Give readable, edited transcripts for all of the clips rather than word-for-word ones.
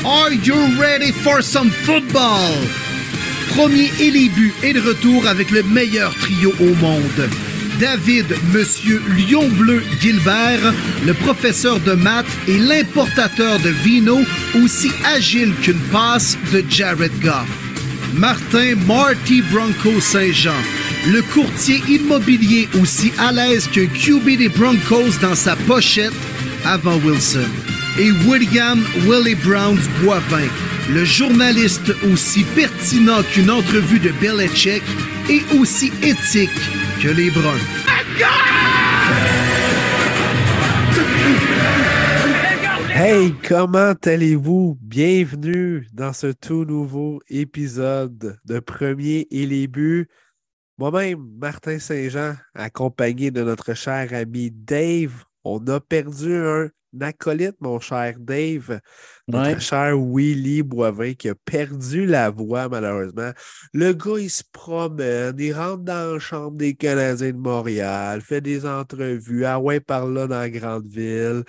Are you ready for some football? Premier et les buts est de retour avec le meilleur trio au monde. David, Monsieur Lion Bleu Gilbert, le professeur de maths et l'importateur de vino, aussi agile qu'une passe de Jared Goff. Martin Marty Bronco Saint-Jean, le courtier immobilier aussi à l'aise qu'un QB des Broncos dans sa pochette avant Wilson. Et William Willie Browns Boivin, le journaliste aussi pertinent qu'une entrevue de Belichick et aussi éthique que les Browns. Hey, comment allez-vous? Bienvenue dans ce tout nouveau épisode de Premier et les buts. Moi-même, Martin Saint-Jean, accompagné de notre cher ami Dave. On a perdu un acolyte, mon cher Dave, notre cher Willy Boivin, qui a perdu la voix, malheureusement. Le gars, il se promène, il rentre dans la chambre des Canadiens de Montréal, fait des entrevues, ah ouais, par là dans la grande ville.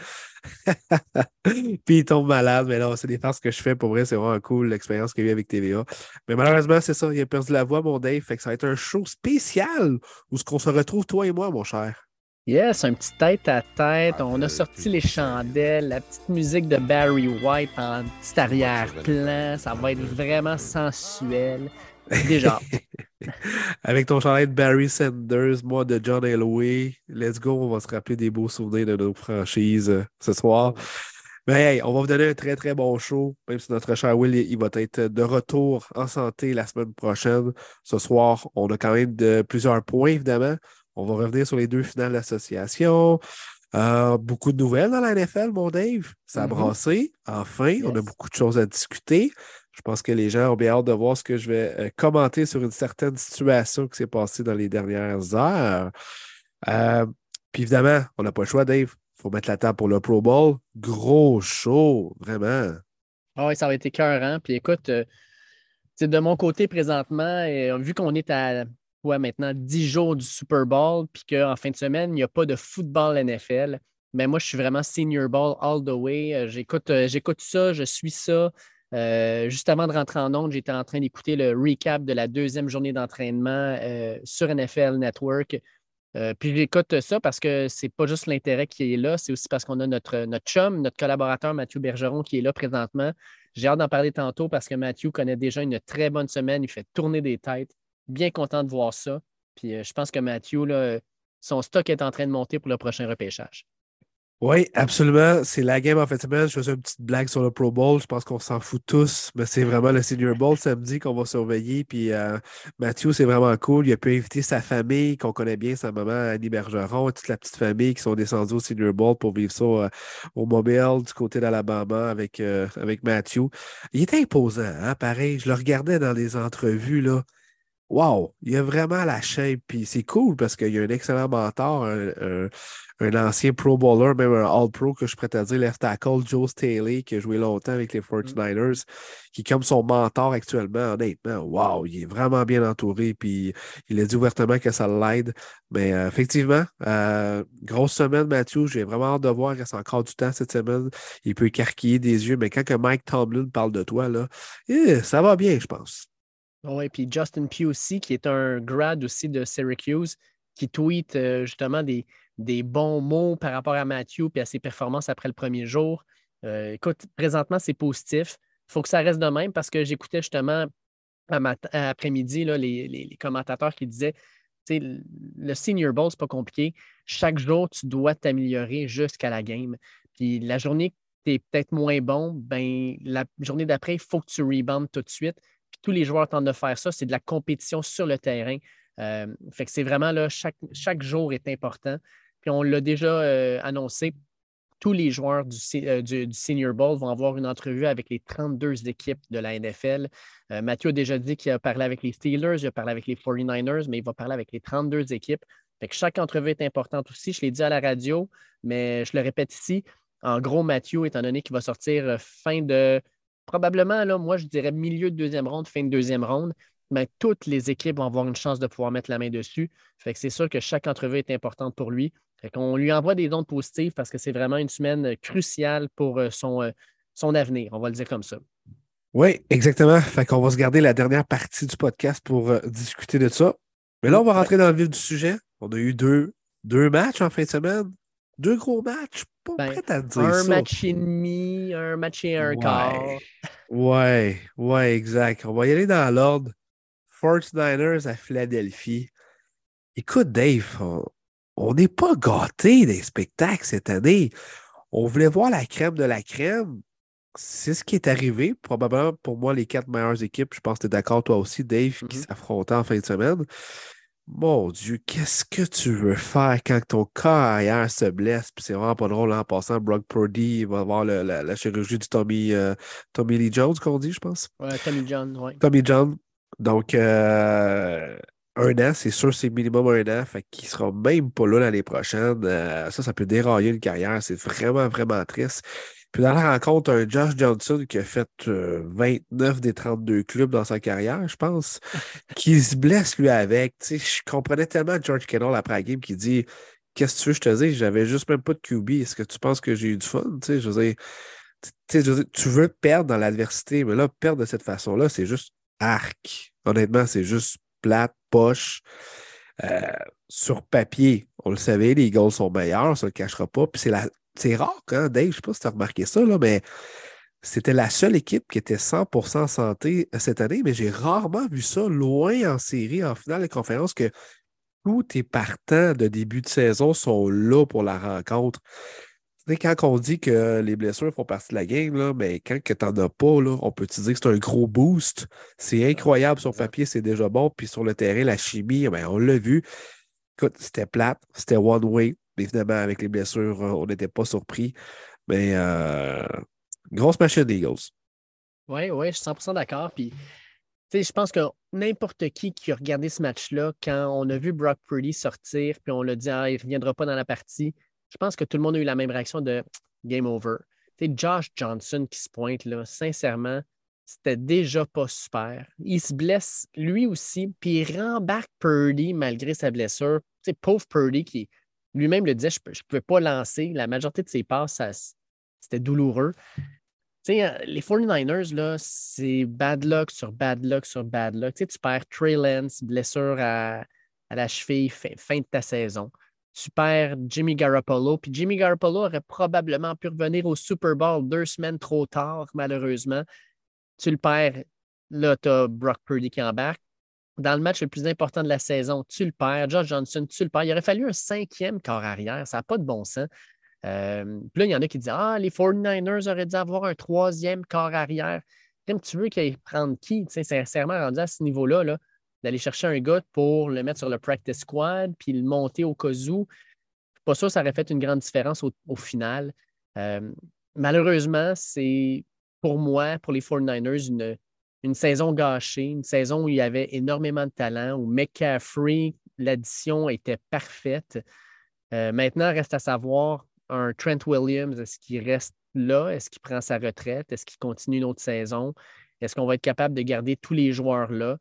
Puis il tombe malade, mais non, c'est des farces que je fais. Pour vrai, c'est vraiment cool l'expérience qu'il y a eu avec TVA. Mais malheureusement, c'est ça, il a perdu la voix, mon Dave. Fait que ça va être un show spécial où ce qu'on se retrouve, toi et moi, mon cher. Yes, un petit tête à tête. On a sorti les chandelles, la petite musique de Barry White en petit arrière-plan. Ça va être vraiment sensuel. Déjà. Avec ton chandail de Barry Sanders, moi de John Elway. Let's go, on va se rappeler des beaux souvenirs de nos franchises ce soir. Mais hey, on va vous donner un très très bon show, même si notre cher Will il va être de retour en santé la semaine prochaine. Ce soir, on a quand même plusieurs points, évidemment. On va revenir sur les deux finales d'association. Beaucoup de nouvelles dans la NFL, mon Dave. Ça a brassé. Enfin, on a beaucoup de choses à discuter. Je pense que les gens ont bien hâte de voir ce que je vais commenter sur une certaine situation qui s'est passée dans les dernières heures. Puis évidemment, on n'a pas le choix, Dave. Il faut mettre la table pour le Pro Bowl. Gros show, vraiment. Ah oui, ça va être écœurant. Puis écoute, de mon côté présentement, vu qu'on est à maintenant 10 jours du Super Bowl, puis qu'en fin de semaine, il n'y a pas de football NFL, mais moi, je suis vraiment Senior Bowl all the way. J'écoute ça, je suis ça. Juste avant de rentrer en ondes, j'étais en train d'écouter le recap de la deuxième journée d'entraînement sur NFL Network. Puis j'écoute ça parce que c'est pas juste l'intérêt qui est là, c'est aussi parce qu'on a notre chum, notre collaborateur Mathieu Bergeron qui est là présentement. J'ai hâte d'en parler tantôt parce que Mathieu connaît déjà une très bonne semaine. Il fait tourner des têtes. Bien content de voir ça. Puis je pense que Mathieu, là, son stock est en train de monter pour le prochain repêchage. Oui, absolument. C'est la game en fait semaine. Je faisais une petite blague sur le Pro Bowl. Je pense qu'on s'en fout tous, mais c'est vraiment le Senior Bowl samedi qu'on va surveiller. Puis Mathieu, c'est vraiment cool. Il a pu inviter sa famille, qu'on connaît bien, sa maman Annie Bergeron, et toute la petite famille qui sont descendus au Senior Bowl pour vivre ça au Mobile du côté d'Alabama avec Mathieu. Il était imposant, hein, pareil. Je le regardais dans les entrevues, là. Wow, il a vraiment la shape, puis c'est cool parce qu'il y a un excellent mentor, un ancien Pro Bowler, même un All-Pro que je pourrais te dire, left tackle, Joe Staley, qui a joué longtemps avec les 49ers, qui est comme son mentor actuellement, honnêtement. Wow, il est vraiment bien entouré, puis il a dit ouvertement que ça l'aide. Mais effectivement, grosse semaine, Mathieu, j'ai vraiment hâte de voir, il reste encore du temps cette semaine. Il peut écarquiller des yeux, mais quand que Mike Tomlin parle de toi, là, ça va bien, je pense. Oui, puis Justin Pugh aussi, qui est un grad aussi de Syracuse, qui tweet justement des bons mots par rapport à Matthew et à ses performances après le premier jour. Écoute, présentement, c'est positif. Il faut que ça reste de même parce que j'écoutais justement après-midi là, les commentateurs qui disaient le Senior Bowl, c'est pas compliqué. Chaque jour, tu dois t'améliorer jusqu'à la game. Puis la journée que tu es peut-être moins bon, ben, la journée d'après, il faut que tu reboundes tout de suite. Puis tous les joueurs tentent de faire ça. C'est de la compétition sur le terrain. Fait que c'est vraiment là, chaque jour est important. Puis on l'a déjà annoncé. Tous les joueurs du Senior Bowl vont avoir une entrevue avec les 32 équipes de la NFL. Mathieu a déjà dit qu'il a parlé avec les Steelers, il a parlé avec les 49ers, mais il va parler avec les 32 équipes. Fait que chaque entrevue est importante aussi. Je l'ai dit à la radio, mais je le répète ici. En gros, Mathieu, étant donné qu'il va sortir fin de probablement, là, moi, je dirais milieu de deuxième ronde, fin de deuxième ronde, mais toutes les équipes vont avoir une chance de pouvoir mettre la main dessus. Fait que c'est sûr que chaque entrevue est importante pour lui. Fait qu'on lui envoie des ondes positives parce que c'est vraiment une semaine cruciale pour son son avenir, on va le dire comme ça. Oui, exactement. Fait qu'on va se garder la dernière partie du podcast pour discuter de ça. Mais là, on va rentrer dans le vif du sujet. On a eu deux matchs en fin de semaine. Deux gros matchs. Pas prêt à dire un ça. match et demi, un match et un quart. Ouais, exact. On va y aller dans l'ordre. 49ers à Philadelphie. Écoute, Dave, on n'est pas gâtés des spectacles cette année. On voulait voir la crème de la crème. C'est ce qui est arrivé. Probablement pour moi, les 4 meilleures équipes. Je pense que tu es d'accord, toi aussi, Dave, qui s'affrontaient en fin de semaine. Mon Dieu, qu'est-ce que tu veux faire quand ton carrière se blesse? Puis c'est vraiment pas drôle en passant. Brock Purdy il va avoir la chirurgie du Tommy Lee Jones, qu'on dit, je pense. Ouais, Tommy John, oui. Tommy John. Donc, 1 an, c'est sûr, c'est minimum 1 an. Fait qu'il sera même pas là l'année prochaine. Ça peut dérailler une carrière. C'est vraiment, vraiment triste. Puis dans la rencontre, un Josh Johnson qui a fait 29 des 32 clubs dans sa carrière, je pense, qui se blesse lui avec. Tu sais, je comprenais tellement George Kittle après la game qui dit qu'est-ce que tu veux que je te dise? J'avais juste même pas de QB. Est-ce que tu penses que j'ai eu du fun? Tu sais, je veux dire, tu veux perdre dans l'adversité, mais là, perdre de cette façon-là, c'est juste arc. Honnêtement, c'est juste plate, poche. Sur papier, on le savait, les Eagles sont meilleurs, on ne se le cachera pas. Puis c'est rare, hein, Dave, je ne sais pas si tu as remarqué ça, là, mais c'était la seule équipe qui était 100% santé cette année, mais j'ai rarement vu ça loin en série, en finale de conférence, que tous tes partants de début de saison sont là pour la rencontre. Tu sais, quand on dit que les blessures font partie de la game, là, mais quand tu n'en as pas, là, on peut te dire que c'est un gros boost. C'est incroyable sur papier, c'est déjà bon. Puis sur le terrain, la chimie, ben, on l'a vu. Écoute, c'était plate, c'était one way. Évidemment, avec les blessures, on n'était pas surpris. Mais grosse machine d'Eagles. Oui, je suis 100% d'accord. Puis, tu sais, je pense que n'importe qui a regardé ce match-là, quand on a vu Brock Purdy sortir, puis on l'a dit, il ne reviendra pas dans la partie, je pense que tout le monde a eu la même réaction de game over. Tu sais, Josh Johnson qui se pointe, là, sincèrement, c'était déjà pas super. Il se blesse lui aussi, puis il rembarque Purdy malgré sa blessure. Tu sais, pauvre Purdy qui lui-même le disait, je ne pouvais pas lancer. La majorité de ses passes, c'était douloureux. Tu sais, les 49ers, là, c'est bad luck sur bad luck sur bad luck. Tu sais, tu perds Trey Lance, blessure à la cheville, fin de ta saison. Tu perds Jimmy Garoppolo, puis Jimmy Garoppolo aurait probablement pu revenir au Super Bowl 2 semaines trop tard, malheureusement. Tu le perds, là, tu as Brock Purdy qui embarque. Dans le match le plus important de la saison, tu le perds. Josh Johnson, tu le perds. Il aurait fallu un 5e corps arrière. Ça n'a pas de bon sens. Puis là, il y en a qui disent les 49ers auraient dû avoir un 3e corps arrière. Comme tu veux qu'ils prennent qui? Tu sais, sincèrement, rendu à ce niveau-là, là, d'aller chercher un gars pour le mettre sur le practice squad puis le monter au cas où. Je ne suis pas sûr que ça aurait fait une grande différence au final. Malheureusement, c'est pour moi, pour les 49ers, une saison gâchée, une saison où il y avait énormément de talent, où McCaffrey, l'addition était parfaite. Maintenant, reste à savoir, un Trent Williams, est-ce qu'il reste là? Est-ce qu'il prend sa retraite? Est-ce qu'il continue une autre saison? Est-ce qu'on va être capable de garder tous les joueurs là?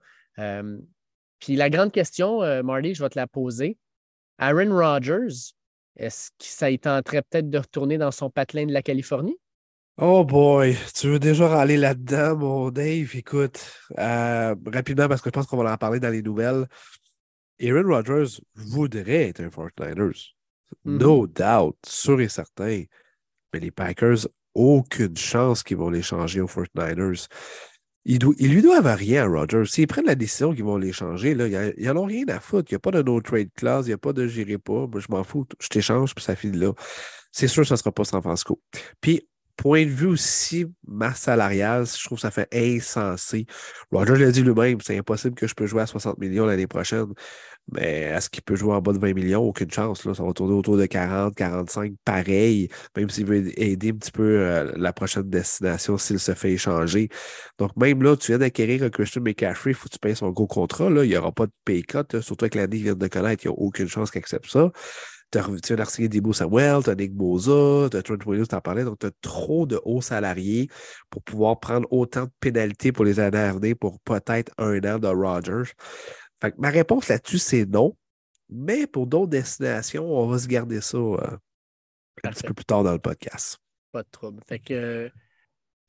Puis la grande question, Marty, je vais te la poser. Aaron Rodgers, est-ce que ça y tenterait peut-être de retourner dans son patelin de la Californie? Oh boy, tu veux déjà aller là-dedans, mon Dave? Écoute, rapidement, parce que je pense qu'on va en parler dans les nouvelles. Aaron Rodgers voudrait être un 49ers. No doubt, sûr et certain. Mais les Packers, aucune chance qu'ils vont l'échanger aux 49ers. Ils lui doivent rien à Rodgers. S'ils prennent la décision qu'ils vont l'échanger, là, ils n'en ont rien à foutre. Il n'y a pas de no-trade clause, il n'y a pas de j'irai pas. Moi, je m'en fous. Je t'échange, puis ça finit là. C'est sûr que ça ne sera pas San Francisco. Puis, point de vue aussi, masse salariale, je trouve que ça fait insensé. Rodgers l'a dit lui-même, c'est impossible que je peux jouer à 60 millions l'année prochaine. Mais est-ce qu'il peut jouer en bas de 20 millions? Aucune chance. Là. Ça va tourner autour de 40, 45, pareil, même s'il veut aider un petit peu la prochaine destination s'il se fait échanger. Donc, même là, tu viens d'acquérir un Christian McCaffrey, il faut que tu payes son gros contrat. Là. Il n'y aura pas de pay cut, là. Surtout avec l'année qu'il vient de connaître, il n'y a aucune chance qu'il accepte ça. Tu viens d'arsigner Debo Samuel, tu as Nick Bosa, tu as Trent Williams, tu en parlais, donc tu as trop de hauts salariés pour pouvoir prendre autant de pénalités pour les années à venir pour peut-être 1 an de Rodgers. Fait que ma réponse là-dessus, c'est non. Mais pour d'autres destinations, on va se garder ça un petit peu plus tard dans le podcast. Pas de trouble. Fait que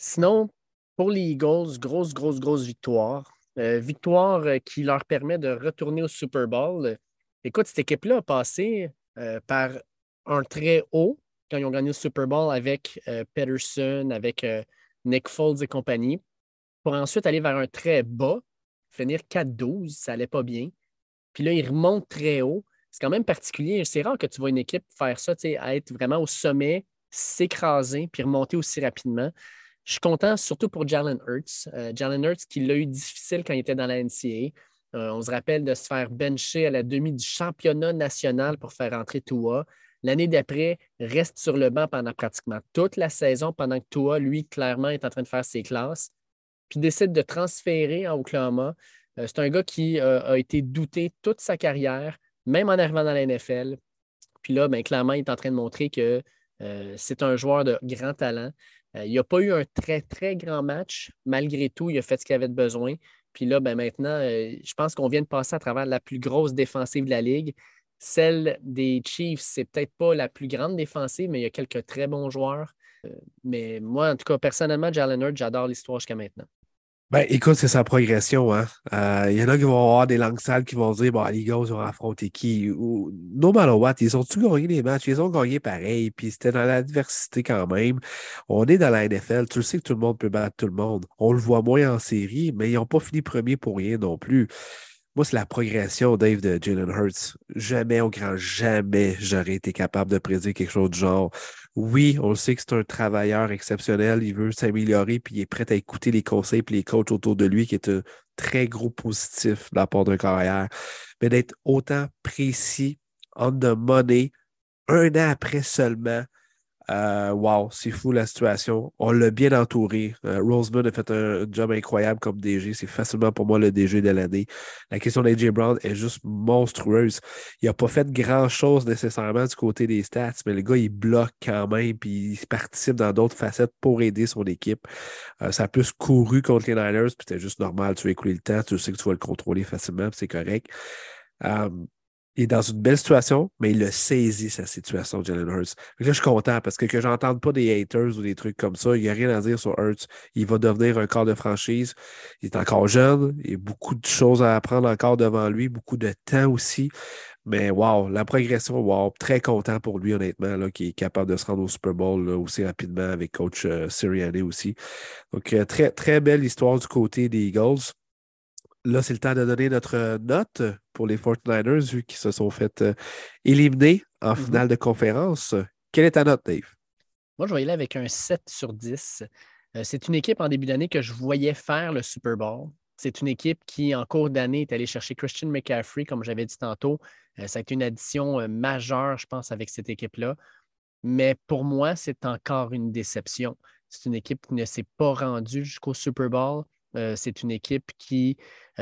Sinon, pour les Eagles, grosse victoire. Victoire qui leur permet de retourner au Super Bowl. Écoute, cette équipe-là a passé par un très haut quand ils ont gagné le Super Bowl avec Peterson, avec Nick Foles et compagnie, pour ensuite aller vers un très bas, finir 4-12, ça n'allait pas bien. Puis là, ils remontent très haut. C'est quand même particulier. C'est rare que tu vois une équipe faire ça, à être vraiment au sommet, s'écraser, puis remonter aussi rapidement. Je suis content surtout pour Jalen Hurts. Jalen Hurts qui l'a eu difficile quand il était dans la NCAA. On se rappelle de se faire bencher à la demi du championnat national pour faire entrer Tua. L'année d'après, reste sur le banc pendant pratiquement toute la saison, pendant que Tua, lui, clairement, est en train de faire ses classes. Puis décide de transférer à Oklahoma. C'est un gars qui a été douté toute sa carrière, même en arrivant dans la NFL. Puis là, ben, clairement, il est en train de montrer que c'est un joueur de grand talent. Il n'a pas eu un très grand match. Malgré tout, il a fait ce qu'il avait de besoin. Puis là, ben, maintenant, je pense qu'on vient de passer à travers la plus grosse défensive de la Ligue. Celle des Chiefs, c'est peut-être pas la plus grande défensive, mais il y a quelques très bons joueurs. Mais moi, en tout cas, personnellement, Jalen Hurts, j'adore l'histoire jusqu'à maintenant. Ben, écoute, c'est sa progression, hein. Il y en a qui vont avoir des langues sales qui vont dire, bon, les Eagles vont affronter qui? Ou, no matter what, ils ont-tu gagné les matchs? Ils ont gagné pareil, puis c'était dans l'adversité quand même. On est dans la NFL, tu le sais que tout le monde peut battre tout le monde. On le voit moins en série, mais ils n'ont pas fini premier pour rien non plus. Moi, c'est la progression, Dave, de Jalen Hurts. Jamais, au grand jamais, j'aurais été capable de prédire quelque chose du genre. Oui, on le sait que c'est un travailleur exceptionnel, il veut s'améliorer, puis il est prêt à écouter les conseils et les coachs autour de lui, qui est un très gros positif de la part d'un carrière. Mais d'être autant précis, on the money, un an après seulement, wow, c'est fou la situation. On l'a bien entouré. Roseman a fait un job incroyable comme DG. C'est facilement pour moi le DG de l'année. La question d'AJ Brown est juste monstrueuse. Il n'a pas fait grand-chose nécessairement du côté des stats, mais le gars, il bloque quand même, puis il participe dans d'autres facettes pour aider son équipe. Ça a plus couru contre les Niners, puis c'était juste normal. Tu vas écouler le temps, tu sais que tu vas le contrôler facilement, puis c'est correct. Il est dans une belle situation, mais il a saisi sa situation, Jalen Hurts. Là, je suis content parce que j'entende pas des haters ou des trucs comme ça. Il n'y a rien à dire sur Hurts. Il va devenir un corps de franchise. Il est encore jeune. Il y a beaucoup de choses à apprendre encore devant lui, beaucoup de temps aussi. Mais wow, la progression, wow, très content pour lui, honnêtement, là, qui est capable de se rendre au Super Bowl là, aussi rapidement avec coach Sirianni aussi. Donc, très belle histoire du côté des Eagles. Là, c'est le temps de donner notre note pour les 49ers, vu qu'ils se sont fait éliminer en finale de conférence. Quelle est ta note, Dave? Moi, je vais y aller avec un 7/10. C'est une équipe en début d'année que je voyais faire le Super Bowl. C'est une équipe qui, en cours d'année, est allée chercher Christian McCaffrey, comme j'avais dit tantôt. Ça a été une addition majeure, je pense, avec cette équipe-là. Mais pour moi, c'est encore une déception. C'est une équipe qui ne s'est pas rendue jusqu'au Super Bowl. C'est une équipe qui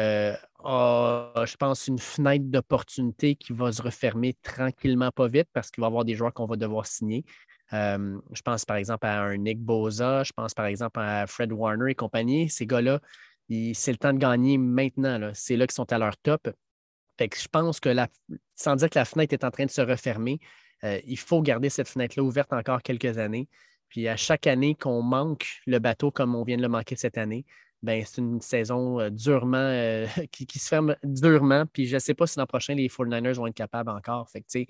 a, je pense, une fenêtre d'opportunité qui va se refermer tranquillement, pas vite, parce qu'il va y avoir des joueurs qu'on va devoir signer. Je pense par exemple à un Nick Bosa, je pense par exemple à Fred Warner et compagnie. Ces gars-là, c'est le temps de gagner maintenant, là. C'est là qu'ils sont à leur top. Fait que je pense que sans dire que la fenêtre est en train de se refermer, il faut garder cette fenêtre-là ouverte encore quelques années. Puis à chaque année qu'on manque le bateau comme on vient de le manquer cette année, ben, c'est une saison durement qui se ferme durement. Puis je ne sais pas si l'an prochain, les 49ers vont être capables encore. Fait que,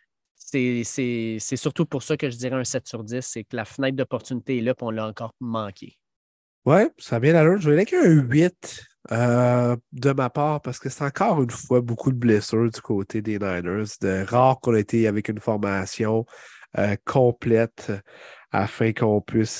c'est surtout pour ça que je dirais un 7/10, c'est que la fenêtre d'opportunité est là et on l'a encore manqué. Ouais, ça a bien l'allure. Je vais aller avec un 8 de ma part parce que c'est encore une fois beaucoup de blessures du côté des Niners. De rare qu'on ait été avec une formation complète afin qu'on puisse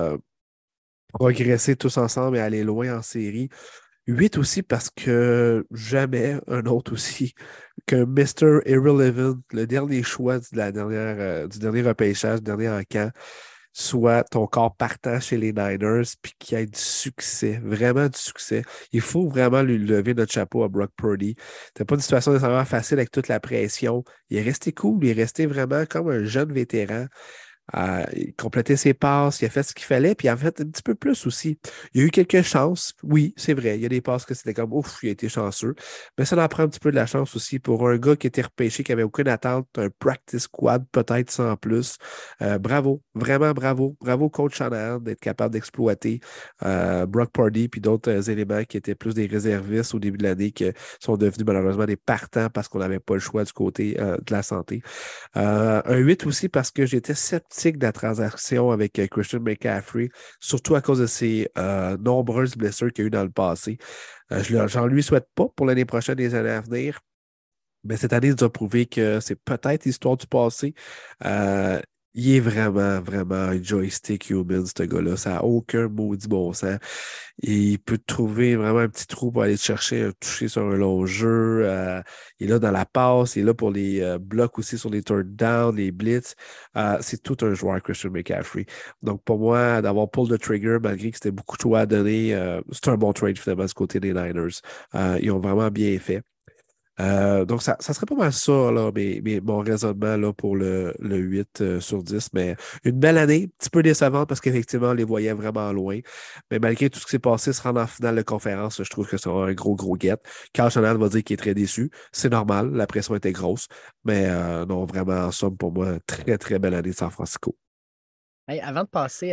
progresser tous ensemble et aller loin en série. 8 aussi parce que jamais un autre aussi qu'un Mr. Irrelevant, le dernier choix du dernier repêchage, du dernier encamp, soit ton corps partant chez les Niners puis qu'il y ait du succès, vraiment du succès. Il faut vraiment lui lever notre chapeau à Brock Purdy. C'était pas une situation nécessairement facile avec toute la pression. Il est resté cool, il est resté vraiment comme un jeune vétéran. complété ses passes, il a fait ce qu'il fallait, puis il a fait un petit peu plus aussi. Il a eu quelques chances, oui, c'est vrai. Il y a des passes que c'était comme ouf, il a été chanceux. Mais ça en prend un petit peu de la chance aussi pour un gars qui était repêché, qui n'avait aucune attente, un practice squad, peut-être sans plus. Bravo, vraiment bravo. Bravo, coach Shanahan, d'être capable d'exploiter Brock Purdy puis d'autres éléments qui étaient plus des réservistes au début de l'année, qui sont devenus malheureusement des partants parce qu'on n'avait pas le choix du côté de la santé. Un 8 aussi parce que j'étais sceptique de la transaction avec Christian McCaffrey, surtout à cause de ses nombreuses blessures qu'il y a eu dans le passé. J'en lui souhaite pas pour l'année prochaine et les années à venir. Mais cette année, il nous a prouvé que c'est peut-être l'histoire du passé. Euh, il est vraiment, vraiment un joystick human, ce gars-là. Ça n'a aucun maudit bon sens. Il peut trouver vraiment un petit trou pour aller chercher un toucher sur un long jeu. Il est là dans la passe. Il est là pour les blocs aussi sur les turn down, les blitz. C'est tout un joueur, Christian McCaffrey. Donc, pour moi, d'avoir pull the trigger, malgré que c'était beaucoup de choix à donner, c'est un bon trade finalement du côté des Niners. Ils ont vraiment bien fait. Donc, ça serait pas mal ça, là, mon raisonnement là, pour le 8 sur 10. Mais une belle année, un petit peu décevante parce qu'effectivement, on les voyait vraiment loin. Mais malgré tout ce qui s'est passé, se rendre en finale de conférence, je trouve que c'est un gros, gros get. Carl Shanahan va dire qu'il est très déçu. C'est normal, la pression était grosse. Mais non, vraiment, en somme, pour moi, très, très belle année de San Francisco. Hey, avant de passer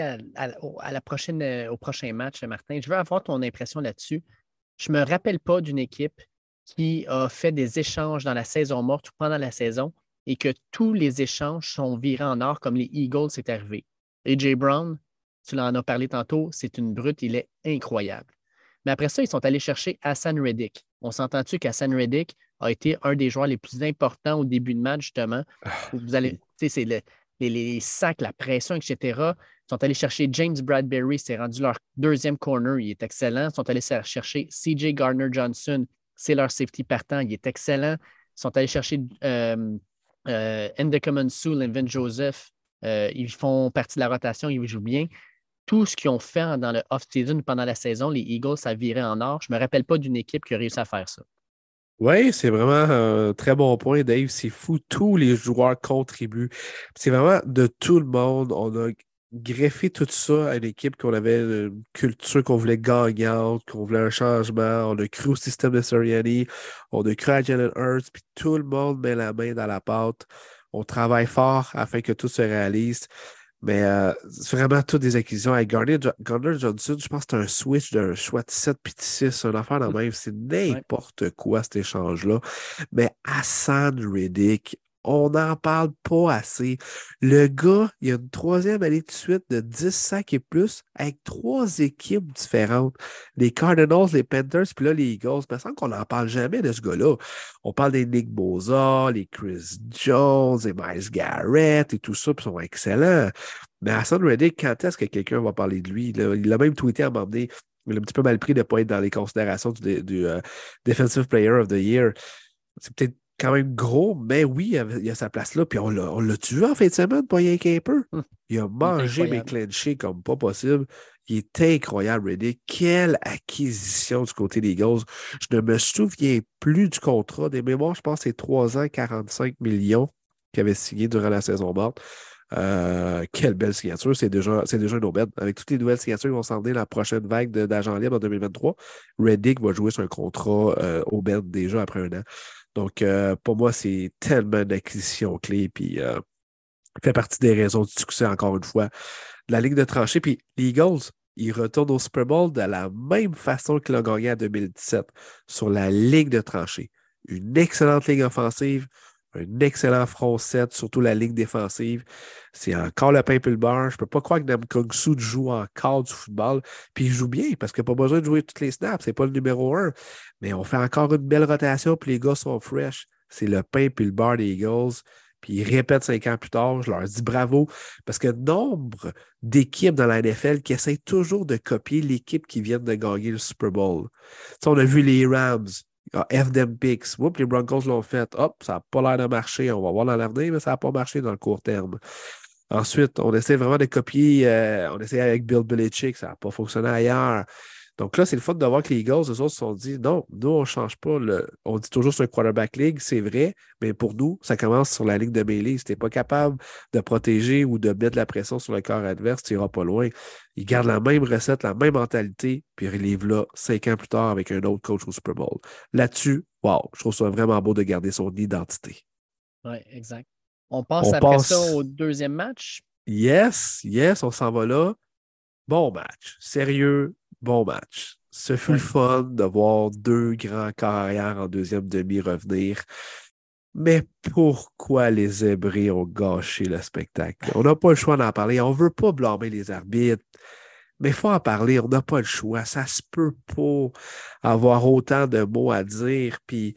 au prochain match, Martin, je veux avoir ton impression là-dessus. Je ne me rappelle pas d'une équipe qui a fait des échanges dans la saison morte ou pendant la saison et que tous les échanges sont virés en or comme les Eagles, c'est arrivé. A.J. Brown, tu en as parlé tantôt, c'est une brute, il est incroyable. Mais après ça, ils sont allés chercher Hassan Reddick. On s'entend-tu qu'Hassan Reddick a été un des joueurs les plus importants au début de match, justement. Vous allez, tu sais, c'est les sacs, la pression, etc. Ils sont allés chercher James Bradbury, c'est rendu leur deuxième corner, il est excellent. Ils sont allés chercher C.J. Gardner-Johnson, c'est leur safety partant, il est excellent. Ils sont allés chercher Ndamukong Suh, Linvin Joseph, ils font partie de la rotation, ils jouent bien. Tout ce qu'ils ont fait dans le off-season pendant la saison, les Eagles, ça virait en or. Je ne me rappelle pas d'une équipe qui a réussi à faire ça. Oui, c'est vraiment un très bon point, Dave. C'est fou. Tous les joueurs contribuent. C'est vraiment de tout le monde. On a greffé tout ça à une équipe qu'on avait une culture qu'on voulait gagnante, qu'on voulait un changement. On a cru au système de Sirianni. On a cru à Jalen Hurts. Puis tout le monde met la main dans la pâte. On travaille fort afin que tout se réalise. Mais c'est vraiment toutes des acquisitions. Avec Gardner Johnson, je pense que c'est un switch d'un choix de 7 puis de 6, une affaire dans même. C'est n'importe quoi cet échange-là. Mais Hassan Reddick, on n'en parle pas assez. Le gars, il a une troisième année de suite de 10 sacs et plus avec 3 équipes différentes. Les Cardinals, les Panthers, puis là, les Eagles. Il me semble qu'on n'en parle jamais de ce gars-là. On parle des Nick Bosa, les Chris Jones, les Myles Garrett et tout ça, puis ils sont excellents. Mais Hassan Reddick, quand est-ce que quelqu'un va parler de lui? Là? Il a même tweeté à un moment donné. Il a un petit peu mal pris de ne pas être dans les considérations du Defensive Player of the Year. C'est peut-être quand même gros, mais oui, il a sa place là. Puis on l'a tué en fin de semaine, pas rien qu'un peu. Il a mangé mes clenchés comme pas possible. Il est incroyable, Reddick. Quelle acquisition du côté des Eagles. Je ne me souviens plus du contrat. Des mémoires, je pense que c'est 3 ans, 45 millions qu'il avait signé durant la saison morte. Quelle belle signature. C'est déjà une aubaine. Avec toutes les nouvelles signatures qui vont s'en venir la prochaine vague d'agents libres en 2023, Reddick va jouer sur un contrat aubaine déjà après un an. Donc, pour moi, c'est tellement d'acquisition clé. Puis, fait partie des raisons du succès, encore une fois, de la Ligue de tranchées. Puis, les Eagles, ils retournent au Super Bowl de la même façon qu'ils l'ont gagné en 2017, sur la Ligue de tranchées. Une excellente ligne offensive, un excellent front 7, surtout la ligne défensive. C'est encore le pain et le beurre. Je ne peux pas croire que Ndamukong Suh joue encore du football. Puis il joue bien parce qu'il n'a pas besoin de jouer toutes les snaps. C'est pas le numéro 1. Mais on fait encore une belle rotation puis les gars sont fresh. C'est le pain et le beurre des Eagles. Puis ils répètent 5 ans plus tard. Je leur dis bravo parce que nombre d'équipes dans la NFL qui essayent toujours de copier l'équipe qui vient de gagner le Super Bowl. T'sais, on a vu les Rams. F them picks. Oups, les Broncos l'ont fait. Hop, ça n'a pas l'air de marcher. On va voir dans l'avenir, mais ça n'a pas marché dans le court terme. Ensuite, on essaie vraiment de copier. On essaie avec Bill Belichick. Ça n'a pas fonctionné ailleurs. Donc là, c'est le fun de voir que les Eagles, eux autres, se sont dit non, nous, on ne change pas. On dit toujours sur un quarterback league, c'est vrai, mais pour nous, ça commence sur la ligue de mêlée. Si tu n'es pas capable de protéger ou de mettre la pression sur le corps adverse, tu n'iras pas loin. Ils gardent la même recette, la même mentalité, puis ils relèvent là 5 ans plus tard avec un autre coach au Super Bowl. Là-dessus, wow, je trouve ça vraiment beau de garder son identité. Oui, exact. On passe après ça au deuxième match. Yes, on s'en va là. Bon match. Sérieux, bon match. Ce fut le fun de voir 2 grands carrières en deuxième demi revenir. Mais pourquoi les Zébrés ont gâché le spectacle? On n'a pas le choix d'en parler. On ne veut pas blâmer les arbitres. Mais il faut en parler. On n'a pas le choix. Ça se peut pas avoir autant de mots à dire. Puis,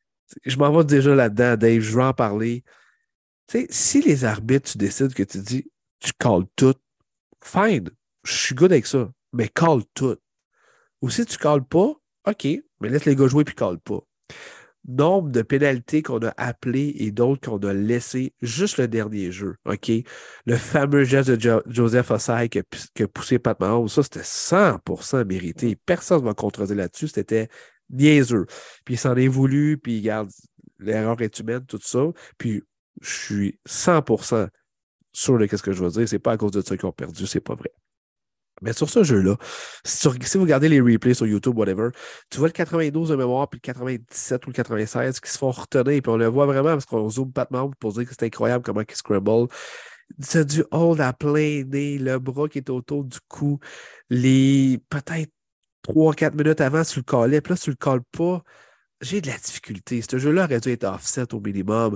je m'en vais déjà là-dedans, Dave. Je veux en parler. Tu sais, si les arbitres, tu décides que tu dis, tu calls tout, fine. Je suis good avec ça, mais call tout. Ou si tu ne calls pas, OK, mais laisse les gars jouer puis call pas. Nombre de pénalités qu'on a appelées et d'autres qu'on a laissées juste le dernier jeu, OK? Le fameux geste de Joseph Ossai qui a poussé Pat Mahomes, ça, c'était 100% mérité. Personne ne va contredire là-dessus, c'était niaiseux. Puis il s'en est voulu, puis regarde, l'erreur est humaine, tout ça. Puis je suis 100% sûr de ce que je veux dire. C'est pas à cause de ça qu'ils ont perdu, c'est pas vrai. Mais sur ce jeu-là, si vous regardez les replays sur YouTube, whatever, tu vois le 92 de mémoire, puis le 97 ou le 96 qui se font retenir, puis on le voit vraiment parce qu'on zoome Pat Mahomes pour dire que c'est incroyable comment il scramble. C'est du hold à plein nez, le bras qui est autour du cou, les peut-être 3-4 minutes avant, tu le callais, puis là, tu le calles pas. J'ai de la difficulté. Ce jeu-là aurait dû être offset au minimum.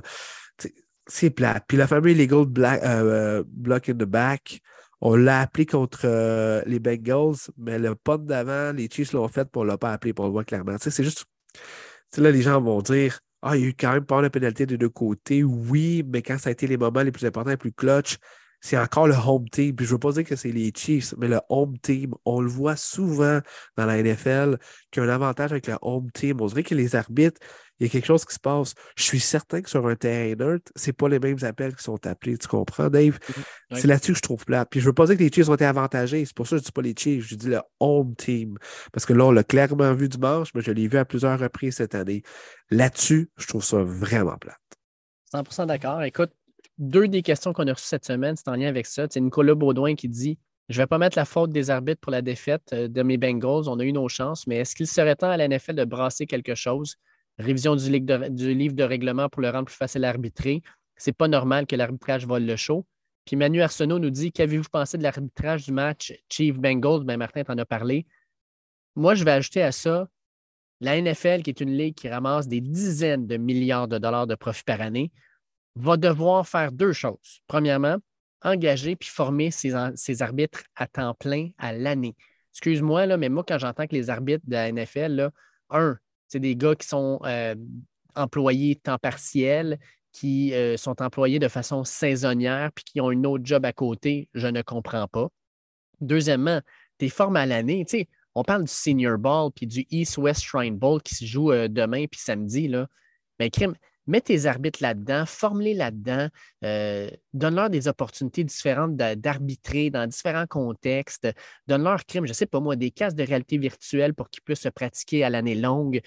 C'est plate. Puis la fameux illegal block in the back, on l'a appelé contre les Bengals, mais le pas d'avant, les Chiefs l'ont fait, puis on ne l'a pas appelé, puis on le voit clairement. C'est juste. Là, les gens vont dire il y a eu quand même pas de pénalité des deux côtés. Oui, mais quand ça a été les moments les plus importants, les plus clutch, c'est encore le home team. Puis je ne veux pas dire que c'est les Chiefs, mais le home team, on le voit souvent dans la NFL qu'il y a un avantage avec le home team. On dirait que les arbitres, il y a quelque chose qui se passe. Je suis certain que sur un terrain neutre, ce n'est pas les mêmes appels qui sont appelés. Tu comprends, Dave? Oui. C'est là-dessus que je trouve plate. Puis je ne veux pas dire que les Chiefs ont été avantagés. C'est pour ça que je ne dis pas les Chiefs, je dis le home team. Parce que là, on l'a clairement vu dimanche, mais je l'ai vu à plusieurs reprises cette année. Là-dessus, je trouve ça vraiment plate. 100% d'accord. Écoute, 2 des questions qu'on a reçues cette semaine, c'est en lien avec ça. C'est Nicolas Baudouin qui dit je ne vais pas mettre la faute des arbitres pour la défaite de mes Bengals. On a eu nos chances, mais est-ce qu'il serait temps à la NFL de brasser quelque chose? Révision du livre de règlement pour le rendre plus facile à arbitrer. C'est pas normal que l'arbitrage vole le show. Puis Manu Arsenault nous dit qu'avez-vous pensé de l'arbitrage du match Chiefs-Bengals? Ben, Martin t'en a parlé. Moi, je vais ajouter à ça la NFL, qui est une ligue qui ramasse des dizaines de milliards de dollars de profit par année, va devoir faire 2 choses. Premièrement, engager puis former ses arbitres à temps plein à l'année. Excuse-moi, là, mais moi, quand j'entends que les arbitres de la NFL, là, c'est des gars qui sont employés temps partiel, qui sont employés de façon saisonnière puis qui ont une autre job à côté, je ne comprends pas. Deuxièmement, tu es formé à l'année. Tu sais, on parle du Senior Bowl puis du East-West Shrine Bowl qui se joue demain puis samedi. Là. Mais mets tes arbitres là-dedans, forme-les là-dedans, donne-leur des opportunités différentes d'arbitrer dans différents contextes, donne-leur, je ne sais pas moi, des casques de réalité virtuelle pour qu'ils puissent se pratiquer à l'année longue.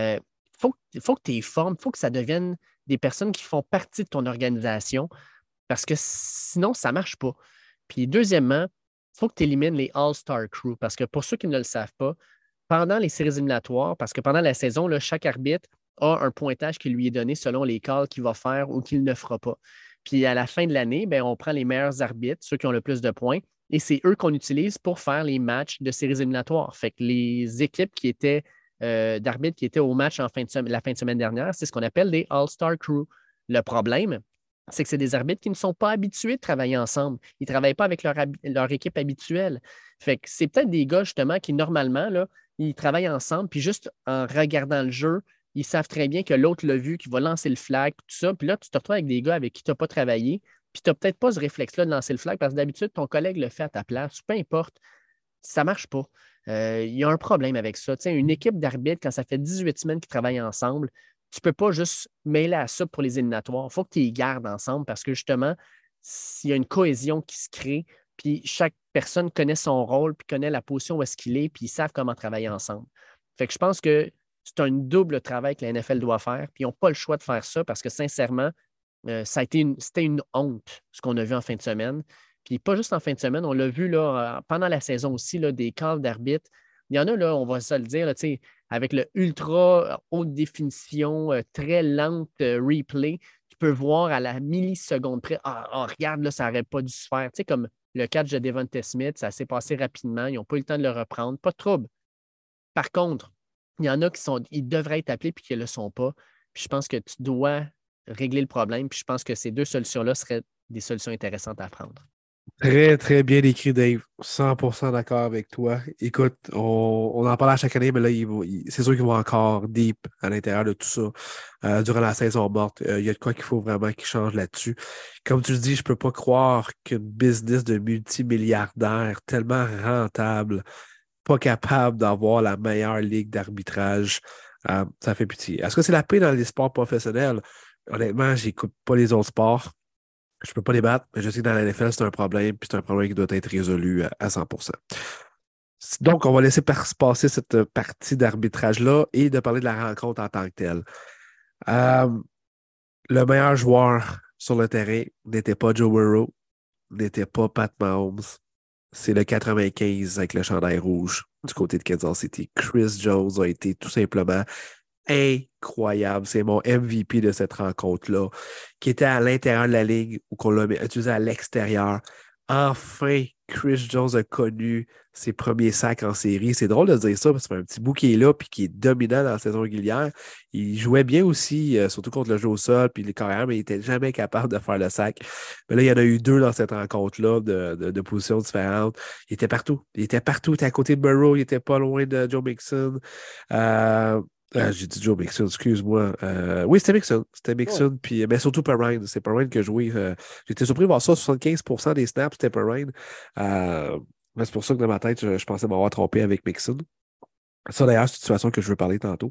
Faut que tu les formes, il faut que ça devienne des personnes qui font partie de ton organisation parce que sinon, ça ne marche pas. Puis deuxièmement, il faut que tu élimines les All-Star Crew parce que pour ceux qui ne le savent pas, pendant les séries éliminatoires, parce que pendant la saison, là, chaque arbitre a un pointage qui lui est donné selon les calls qu'il va faire ou qu'il ne fera pas. Puis à la fin de l'année, ben, on prend les meilleurs arbitres, ceux qui ont le plus de points, et c'est eux qu'on utilise pour faire les matchs de séries éliminatoires. Fait que les équipes qui étaient d'arbitres qui étaient au match la fin de semaine dernière, c'est ce qu'on appelle des All-Star Crew. Le problème, c'est que c'est des arbitres qui ne sont pas habitués de travailler ensemble. Ils ne travaillent pas avec leur équipe habituelle. Fait que c'est peut-être des gars, justement, qui, normalement, là, ils travaillent ensemble, puis juste en regardant le jeu, ils savent très bien que l'autre l'a vu, qu'il va lancer le flag, tout ça. Puis là, tu te retrouves avec des gars avec qui tu n'as pas travaillé, puis tu n'as peut-être pas ce réflexe-là de lancer le flag, parce que d'habitude, ton collègue le fait à ta place, peu importe. Ça ne marche pas. Il y a un problème avec ça. Tu sais, une équipe d'arbitres, quand ça fait 18 semaines qu'ils travaillent ensemble, tu ne peux pas juste mêler à ça pour les éliminatoires. Il faut que tu les gardes ensemble parce que justement, s'il y a une cohésion qui se crée, Puis chaque personne connaît son rôle, puis connaît la position où est-ce qu'il est, puis ils savent comment travailler ensemble. Fait que je pense que c'est un double travail que la NFL doit faire, puis ils n'ont pas le choix de faire ça parce que sincèrement, c'était une honte ce qu'on a vu en fin de semaine. Puis pas juste en fin de semaine, on l'a vu là, pendant la saison aussi, là, des calls d'arbitre. Il y en a, là, on va se le dire, là, avec le ultra haute définition, très lente replay, tu peux voir à la milliseconde près, regarde, là, ça n'aurait pas dû se faire. Tu sais, comme le catch de Devonta Smith, ça s'est passé rapidement, ils n'ont pas eu le temps de le reprendre, pas de trouble. Par contre, il y en a ils devraient être appelés puis qui ne le sont pas. Puis je pense que tu dois régler le problème. Puis je pense que ces deux solutions-là seraient des solutions intéressantes à prendre. Très, très bien écrit, Dave. 100% d'accord avec toi. Écoute, on en parle à chaque année, mais là, c'est sûr qu'il va encore deep à l'intérieur de tout ça. Durant la saison morte, il y a de quoi qu'il faut vraiment qu'il change là-dessus. Comme tu le dis, je peux pas croire qu'une business de multimilliardaire tellement rentable, pas capable d'avoir la meilleure ligue d'arbitrage, ça fait pitié. Est-ce que c'est la paix dans les sports professionnels? Honnêtement, j'écoute pas les autres sports. Je ne peux pas les battre, mais je sais que dans la NFL, c'est un problème, puis c'est un problème qui doit être résolu à 100%. Donc, on va laisser passer cette partie d'arbitrage-là et de parler de la rencontre en tant que telle. Le meilleur joueur sur le terrain n'était pas Joe Burrow, n'était pas Pat Mahomes. C'est le 95 avec le chandail rouge du côté de Kansas City. Chris Jones a été tout simplement incroyable. C'est mon MVP de cette rencontre-là, qui était à l'intérieur de la ligue ou qu'on l'a utilisé à l'extérieur. Enfin, Chris Jones a connu ses premiers sacs en série. C'est drôle de dire ça parce que c'est un petit bout qui est là et qui est dominant dans la saison régulière. Il jouait bien aussi, surtout contre le jeu au sol puis les carrières, mais il n'était jamais capable de faire le sac. Mais là, il y en a eu deux dans cette rencontre-là de positions différentes. Il était partout. Il était partout. Il était à côté de Burrow. Il était pas loin de Joe Mixon. J'ai dit Joe Mixon, excuse-moi. Oui, c'était Mixon. C'était Mixon, Oh. puis, mais surtout Perrine. C'est Perrine qui a joué. J'étais surpris de voir ça, 75% des snaps, c'était Perrine. C'est pour ça que dans ma tête, je pensais m'avoir trompé avec Mixon. Ça, d'ailleurs, c'est une situation que je veux parler tantôt.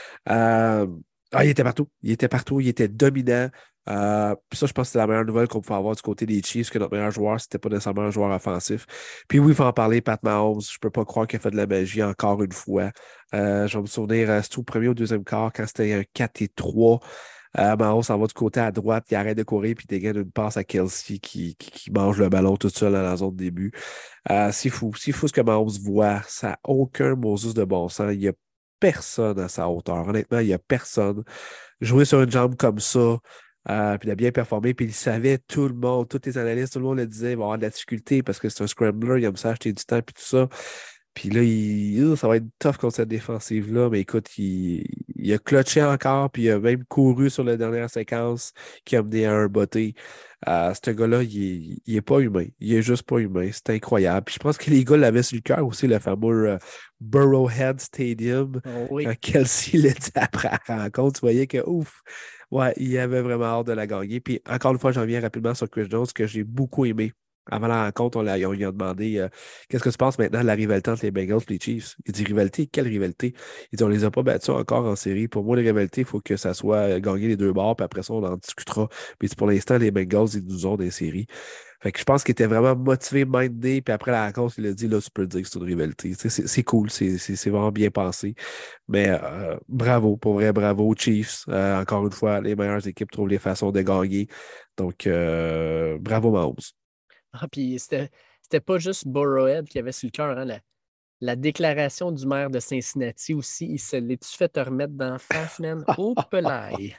Il était partout. Il était partout. Il était dominant. Puis ça, je pense que c'est la meilleure nouvelle qu'on pouvait avoir du côté des Chiefs, que notre meilleur joueur, c'était pas nécessairement un joueur offensif. Puis oui, il faut en parler, Pat Mahomes. Je peux pas croire qu'il a fait de la magie encore une fois. Je vais me souvenir, c'était au premier ou au deuxième quart, quand c'était un 4-3. Mahomes s'en va du côté à droite, il arrête de courir, puis il dégaine une passe à Kelsey qui mange le ballon tout seul dans la zone de début. C'est fou. C'est fou ce que Mahomes voit. Ça n'a aucun Moses de bon sens. Il n'y a personne à sa hauteur. Honnêtement, il n'y a personne. Jouer sur une jambe comme ça, puis il a bien performé, puis il savait, tout le monde, tous les analystes, tout le monde le disait, il va avoir de la difficulté parce que c'est un scrambler, il aime ça acheter du temps, puis tout ça. Puis là, ça va être tough contre cette défensive-là, mais écoute, il a clutché encore, puis il a même couru sur la dernière séquence qui a mené à un botté. Ce gars-là, il est pas humain. Il est juste pas humain. C'est incroyable. Puis je pense que les gars l'avaient sur le cœur aussi, le fameux Burrowhead Stadium. Oh, oui. Quand Kelsey l'a dit après la rencontre, tu voyais que ouf, ouais, il avait vraiment hâte de la gagner. Puis encore une fois, j'en viens rapidement sur Chris Jones, que j'ai beaucoup aimé. Avant la rencontre, on lui a demandé qu'est-ce que tu penses maintenant de la rivalité entre les Bengals et les Chiefs? Il dit rivalité, quelle rivalité? Il dit on les a pas battus encore en série. Pour moi, les rivalités, il faut que ça soit gagné les deux bords, puis après ça, on en discutera. Mais pour l'instant, les Bengals, ils nous ont des séries. Fait que je pense qu'il était vraiment motivé, mindé, puis après la rencontre, il a dit là, tu peux dire que c'est une rivalité. C'est cool, c'est vraiment bien pensé. Mais bravo, pour vrai, bravo, Chiefs. Encore une fois, les meilleures équipes trouvent les façons de gagner. Donc, bravo, Mahomes. Puis c'était pas juste Burrowhead qui avait sur le cœur. Hein, la déclaration du maire de Cincinnati aussi, il se l'est-tu fait te remettre d'en face, man? Oh, pelaille!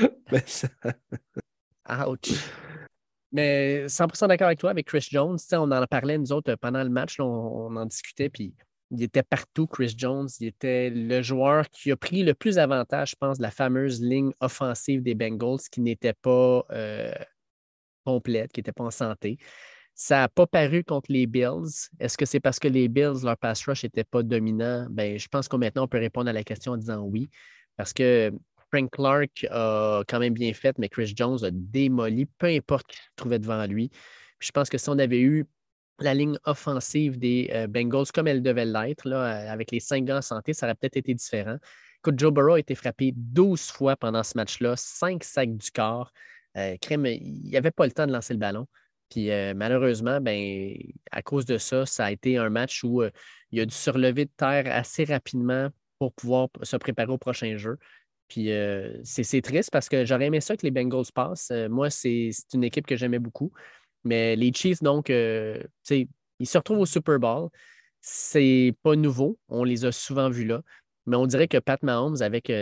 Ouch! Mais 100% d'accord avec toi, avec Chris Jones. On en parlait, nous autres, pendant le match, là, on en discutait, puis il était partout, Chris Jones. Il était le joueur qui a pris le plus avantage, je pense, de la fameuse ligne offensive des Bengals qui n'était pas complète, qui n'était pas en santé. Ça n'a pas paru contre les Bills. Est-ce que c'est parce que les Bills, leur pass rush n'était pas dominant? Ben, je pense que maintenant, on peut répondre à la question en disant oui. Parce que Frank Clark a quand même bien fait, mais Chris Jones a démoli, peu importe qui se trouvait devant lui. Puis je pense que si on avait eu la ligne offensive des Bengals comme elle devait l'être, là, avec les 5 gars en santé, ça aurait peut-être été différent. Écoute, Joe Burrow a été frappé 12 fois pendant ce match-là, 5 sacs du corps. Crème, il n'y avait pas le temps de lancer le ballon. Puis malheureusement, ben, à cause de ça, ça a été un match où il a dû se relever de terre assez rapidement pour pouvoir se préparer au prochain jeu. Puis c'est triste parce que j'aurais aimé ça que les Bengals passent. Moi, c'est une équipe que j'aimais beaucoup. Mais les Chiefs, donc, tu sais, ils se retrouvent au Super Bowl. C'est pas nouveau. On les a souvent vus là. Mais on dirait que Pat Mahomes, avec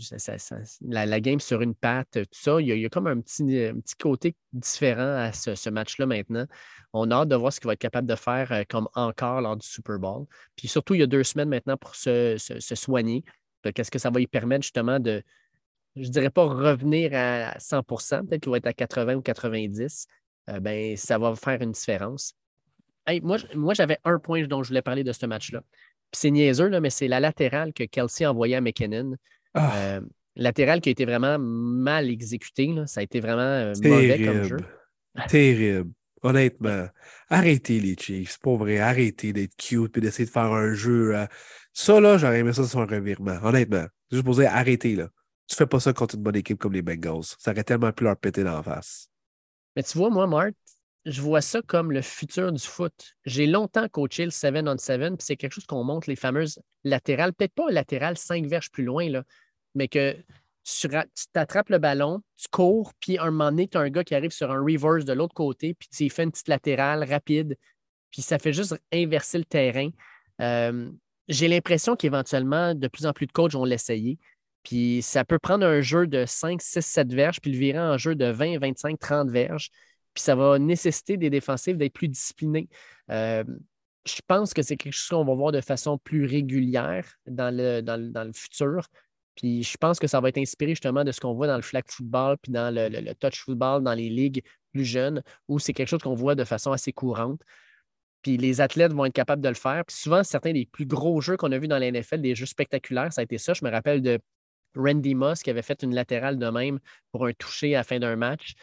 la game sur une patte, tout ça, il y a comme un petit côté différent à ce match-là maintenant. On a hâte de voir ce qu'il va être capable de faire comme encore lors du Super Bowl. Puis surtout, il y a 2 semaines maintenant pour se soigner. Qu'est-ce que ça va lui permettre justement de, je ne dirais pas revenir à 100%, peut-être qu'il va être à 80 ou 90. Ben, ça va faire une différence. Hey, moi j'avais un point dont je voulais parler de ce match-là. Puis c'est niaiseux, là, mais c'est la latérale que Kelsey a envoyée à McKinnon. Ah, Euh, latérale qui a été vraiment mal exécutée. Là. Ça a été vraiment mauvais comme jeu. terrible. Terrible. Honnêtement. Arrêtez les Chiefs. C'est pas vrai. Arrêtez d'être cute et d'essayer de faire un jeu. Ça, là, j'aurais aimé ça sur un revirement. Honnêtement. Juste pour dire, arrêtez, là. Tu fais pas ça contre une bonne équipe comme les Bengals. Ça aurait tellement pu leur péter dans la face. Mais tu vois, moi, Marc, je vois ça comme le futur du foot. J'ai longtemps coaché le 7-on-7, puis c'est quelque chose qu'on montre, les fameuses latérales, peut-être pas latérales 5 verges plus loin, là, mais que tu t'attrapes le ballon, tu cours, puis à un moment donné, tu as un gars qui arrive sur un reverse de l'autre côté, puis tu y fais une petite latérale rapide, puis ça fait juste inverser le terrain. Euh, j'ai l'impression qu'éventuellement, de plus en plus de coachs vont l'essayer. Puis ça peut prendre un jeu de 5, 6, 7 verges, puis le virer en jeu de 20, 25, 30 verges. Puis ça va nécessiter des défensifs d'être plus disciplinés. Euh, je pense que c'est quelque chose qu'on va voir de façon plus régulière dans le futur. Puis je pense que ça va être inspiré justement de ce qu'on voit dans le flag football, puis dans le touch football, dans les ligues plus jeunes, où c'est quelque chose qu'on voit de façon assez courante. Puis les athlètes vont être capables de le faire. Puis souvent, certains des plus gros jeux qu'on a vus dans la NFL, des jeux spectaculaires, ça a été ça. Je me rappelle de Randy Moss qui avait fait une latérale de même pour un toucher à la fin d'un match.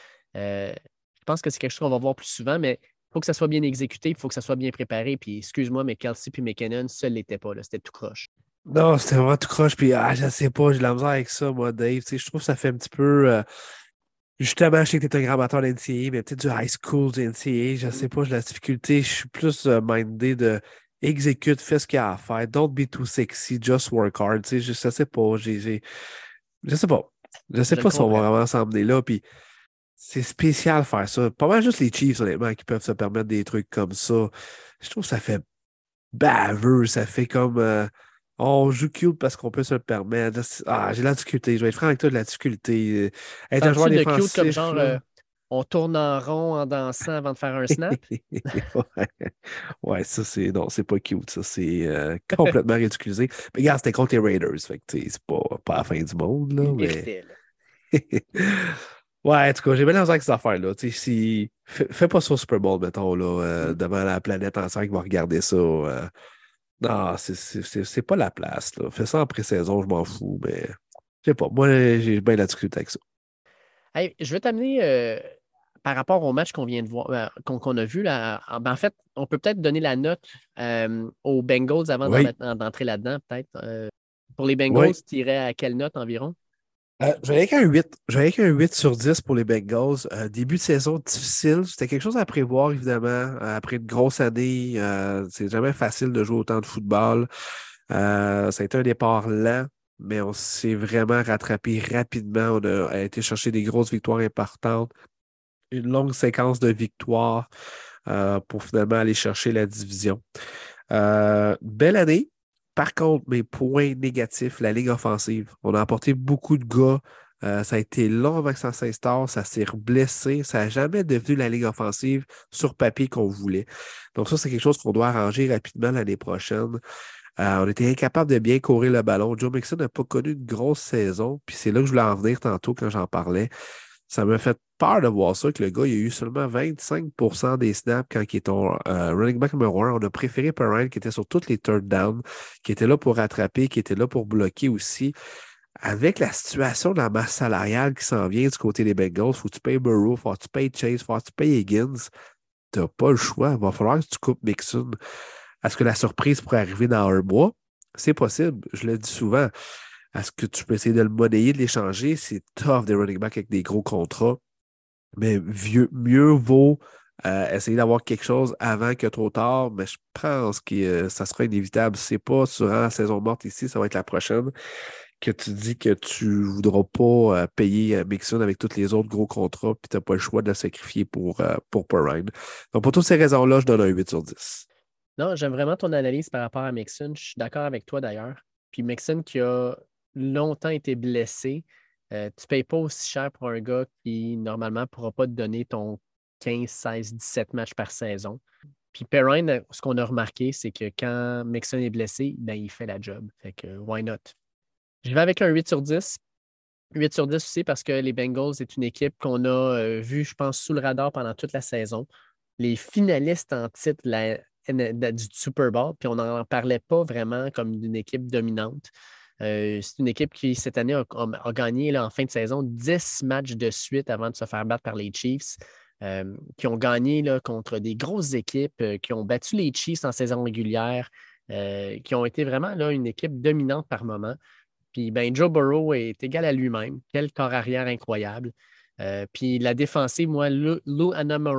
Je pense que c'est quelque chose qu'on va voir plus souvent, mais il faut que ça soit bien exécuté, il faut que ça soit bien préparé. Puis excuse-moi, mais Kelsey puis McKinnon, ça ne l'était pas. Là. C'était tout croche. Non, c'était vraiment tout croche. Puis, je sais pas, j'ai de la misère avec ça, moi, Dave. Tu sais, je trouve que ça fait un petit peu. Justement, je sais que tu es un grand amateur d'NCAA, mais peut-être du high school du NCAA, je sais pas, j'ai la difficulté. Je suis plus mindé de exécute, fais ce qu'il y a à faire. Don't be too sexy, just work hard. Tu sais, je sais pas. Je sais pas. Je sais Je le pas si on va comprends. vraiment s'emmener là. Puis c'est spécial faire ça. Pas mal juste les Chiefs, honnêtement, qui peuvent se permettre des trucs comme ça. Je trouve que ça fait baveux. Ça fait comme. On joue cute parce qu'on peut se le permettre. J'ai de la difficulté. Je vais être franc avec toi, de la difficulté. Être un joueur Parles-tu de cute comme défensif, genre là. on tourne en rond en dansant avant de faire un snap? Ouais, ouais, ça c'est. Non, c'est pas cute. Ça, c'est complètement ridiculisé. Mais regarde, c'était contre les Raiders. Fait que tu sais, c'est pas la fin du monde, là, Il mais. méritait, là. Ouais, en tout cas, j'ai bien l'impression avec cette affaire-là. Tu sais, si... fais pas ça au Super Bowl, mettons, là, devant la planète entière qui va regarder ça. Non, c'est pas la place, là. Fais ça en pré-saison, je m'en fous, mais je sais pas. Moi, j'ai bien la difficulté avec ça. Hey, je vais t'amener par rapport au match qu'on vient de voir, qu'on a vu là. En fait, on peut peut-être donner la note aux Bengals avant Oui, d'entrer là-dedans, peut-être. Pour les oui. Bengals, tu irais à quelle note environ? Je vais avec un 8. Je vais avec un 8 sur 10 pour les Bengals. Début de saison difficile. C'était quelque chose à prévoir, évidemment. Après une grosse année, c'est jamais facile de jouer autant de football. Ça a été un départ lent, mais on s'est vraiment rattrapé rapidement. On a été chercher des grosses victoires importantes. Une longue séquence de victoires pour finalement aller chercher la division. Belle année. Par contre, mes points négatifs, la ligue offensive. On a apporté beaucoup de gars. Ça a été long avant que ça s'instaure. Ça s'est blessé. Ça n'a jamais devenu la ligue offensive sur papier qu'on voulait. Donc, ça, c'est quelque chose qu'on doit arranger rapidement l'année prochaine. On était incapable de bien courir le ballon. Joe Mixon n'a pas connu une grosse saison. Puis c'est là que je voulais en venir tantôt quand j'en parlais. Ça m'a fait peur de voir ça, que le gars, il a eu seulement 25% des snaps quand il est ton running back numéro 1. On a préféré Perrine qui était sur toutes les third downs, qui était là pour rattraper, qui était là pour bloquer aussi. Avec la situation de la masse salariale qui s'en vient du côté des Bengals, faut que tu payes Burrow, faut que tu payes Chase, faut que tu payes Higgins. Tu n'as pas le choix. Il va falloir que tu coupes Mixon. Est-ce que la surprise pourrait arriver dans un mois? C'est possible. Je le dis souvent. Est-ce que tu peux essayer de le monnayer, de l'échanger? C'est tough des running backs avec des gros contrats. Mais mieux vaut essayer d'avoir quelque chose avant que trop tard, mais je pense que ça sera inévitable. C'est pas durant la saison morte ici, ça va être la prochaine, que tu dis que tu ne voudras pas payer Mixon avec tous les autres gros contrats, puis tu n'as pas le choix de le sacrifier pour Perrine. Donc, pour toutes ces raisons-là, je donne un 8/10. Non, j'aime vraiment ton analyse par rapport à Mixon. Je suis d'accord avec toi d'ailleurs. Puis Mixon qui a longtemps été blessé, tu ne payes pas aussi cher pour un gars qui, normalement, ne pourra pas te donner ton 15, 16, 17 matchs par saison. Puis Perrine, ce qu'on a remarqué, c'est que quand Mixon est blessé, ben, il fait la job. Fait que, why not? Je vais avec un 8/10. 8/10 aussi parce que les Bengals est une équipe qu'on a vue, je pense, sous le radar pendant toute la saison. Les finalistes en titre du Super Bowl, puis on n'en parlait pas vraiment comme d'une équipe dominante. C'est une équipe qui, cette année, a gagné là, en fin de saison 10 matchs de suite avant de se faire battre par les Chiefs, qui ont gagné là, contre des grosses équipes, qui ont battu les Chiefs en saison régulière, qui ont été vraiment là, une équipe dominante par moment. Puis ben, Joe Burrow est égal à lui-même. Quel corps arrière incroyable. Puis la défensive, moi, Lou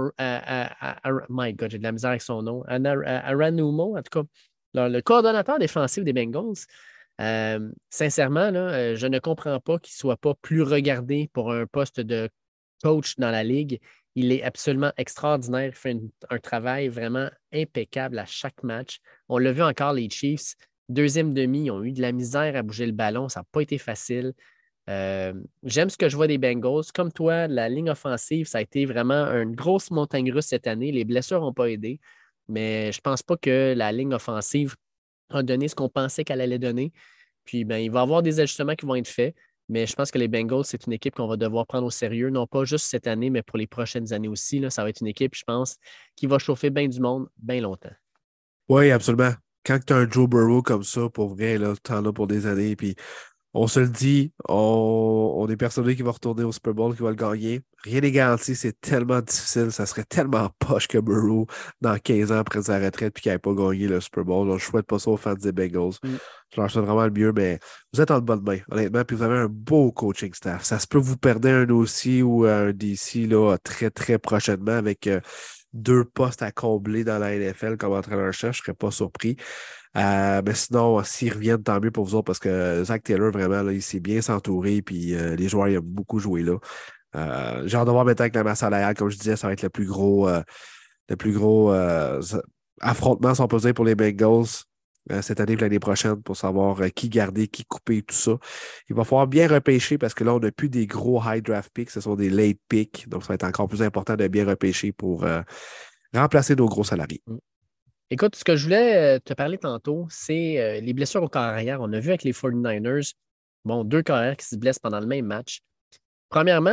my God, j'ai de la misère avec son nom. Aranumo, en tout cas, le coordonnateur défensif des Bengals. Sincèrement, là, je ne comprends pas qu'il ne soit pas plus regardé pour un poste de coach dans la ligue. Il est absolument extraordinaire. Il fait un travail vraiment impeccable à chaque match. On l'a vu encore, les Chiefs. Deuxième demi, ils ont eu de la misère à bouger le ballon. Ça n'a pas été facile. J'aime ce que je vois des Bengals. Comme toi, la ligne offensive, ça a été vraiment une grosse montagne russe cette année. Les blessures n'ont pas aidé, mais je ne pense pas que la ligne offensive a donné ce qu'on pensait qu'elle allait donner. Puis, ben, il va y avoir des ajustements qui vont être faits, mais je pense que les Bengals, c'est une équipe qu'on va devoir prendre au sérieux, non pas juste cette année, mais pour les prochaines années aussi. Là, ça va être une équipe, je pense, qui va chauffer bien du monde bien longtemps. Oui, absolument. Quand tu as un Joe Burrow comme ça, pour vrai, là, tu en as pour des années. Puis on se le dit, on est persuadé qu'il va retourner au Super Bowl, qu'il va le gagner. Rien n'est garanti, c'est tellement difficile. Ça serait tellement poche que Burrow, dans 15 ans après sa retraite, puis qu'il n'ait pas gagné le Super Bowl. Donc, je ne souhaite pas ça aux fans des Bengals. Je leur souhaite vraiment le mieux, mais vous êtes en bonne main, honnêtement. Puis vous avez un beau coaching staff. Ça se peut que vous perdez un OC ou un DC là, très, très prochainement avec 2 postes à combler dans la NFL comme entraîneur-chef. Je ne serais pas surpris. Mais sinon, s'ils reviennent, tant mieux pour vous autres parce que Zach Taylor, vraiment, là, il sait bien s'entourer. Puis les joueurs, ils aiment beaucoup jouer là. J'ai hâte de voir maintenant avec la masse salariale, comme je disais, ça va être le plus gros affrontement, si on peut dire, pour les Bengals cette année et l'année prochaine pour savoir qui garder, qui couper, tout ça. Il va falloir bien repêcher parce que là, on n'a plus des gros high draft picks, ce sont des late picks. Donc, ça va être encore plus important de bien repêcher pour remplacer nos gros salariés. Écoute, ce que je voulais te parler tantôt, c'est les blessures au corps arrière. On a vu avec les 49ers, bon, 2 corps arrière qui se blessent pendant le même match. Premièrement,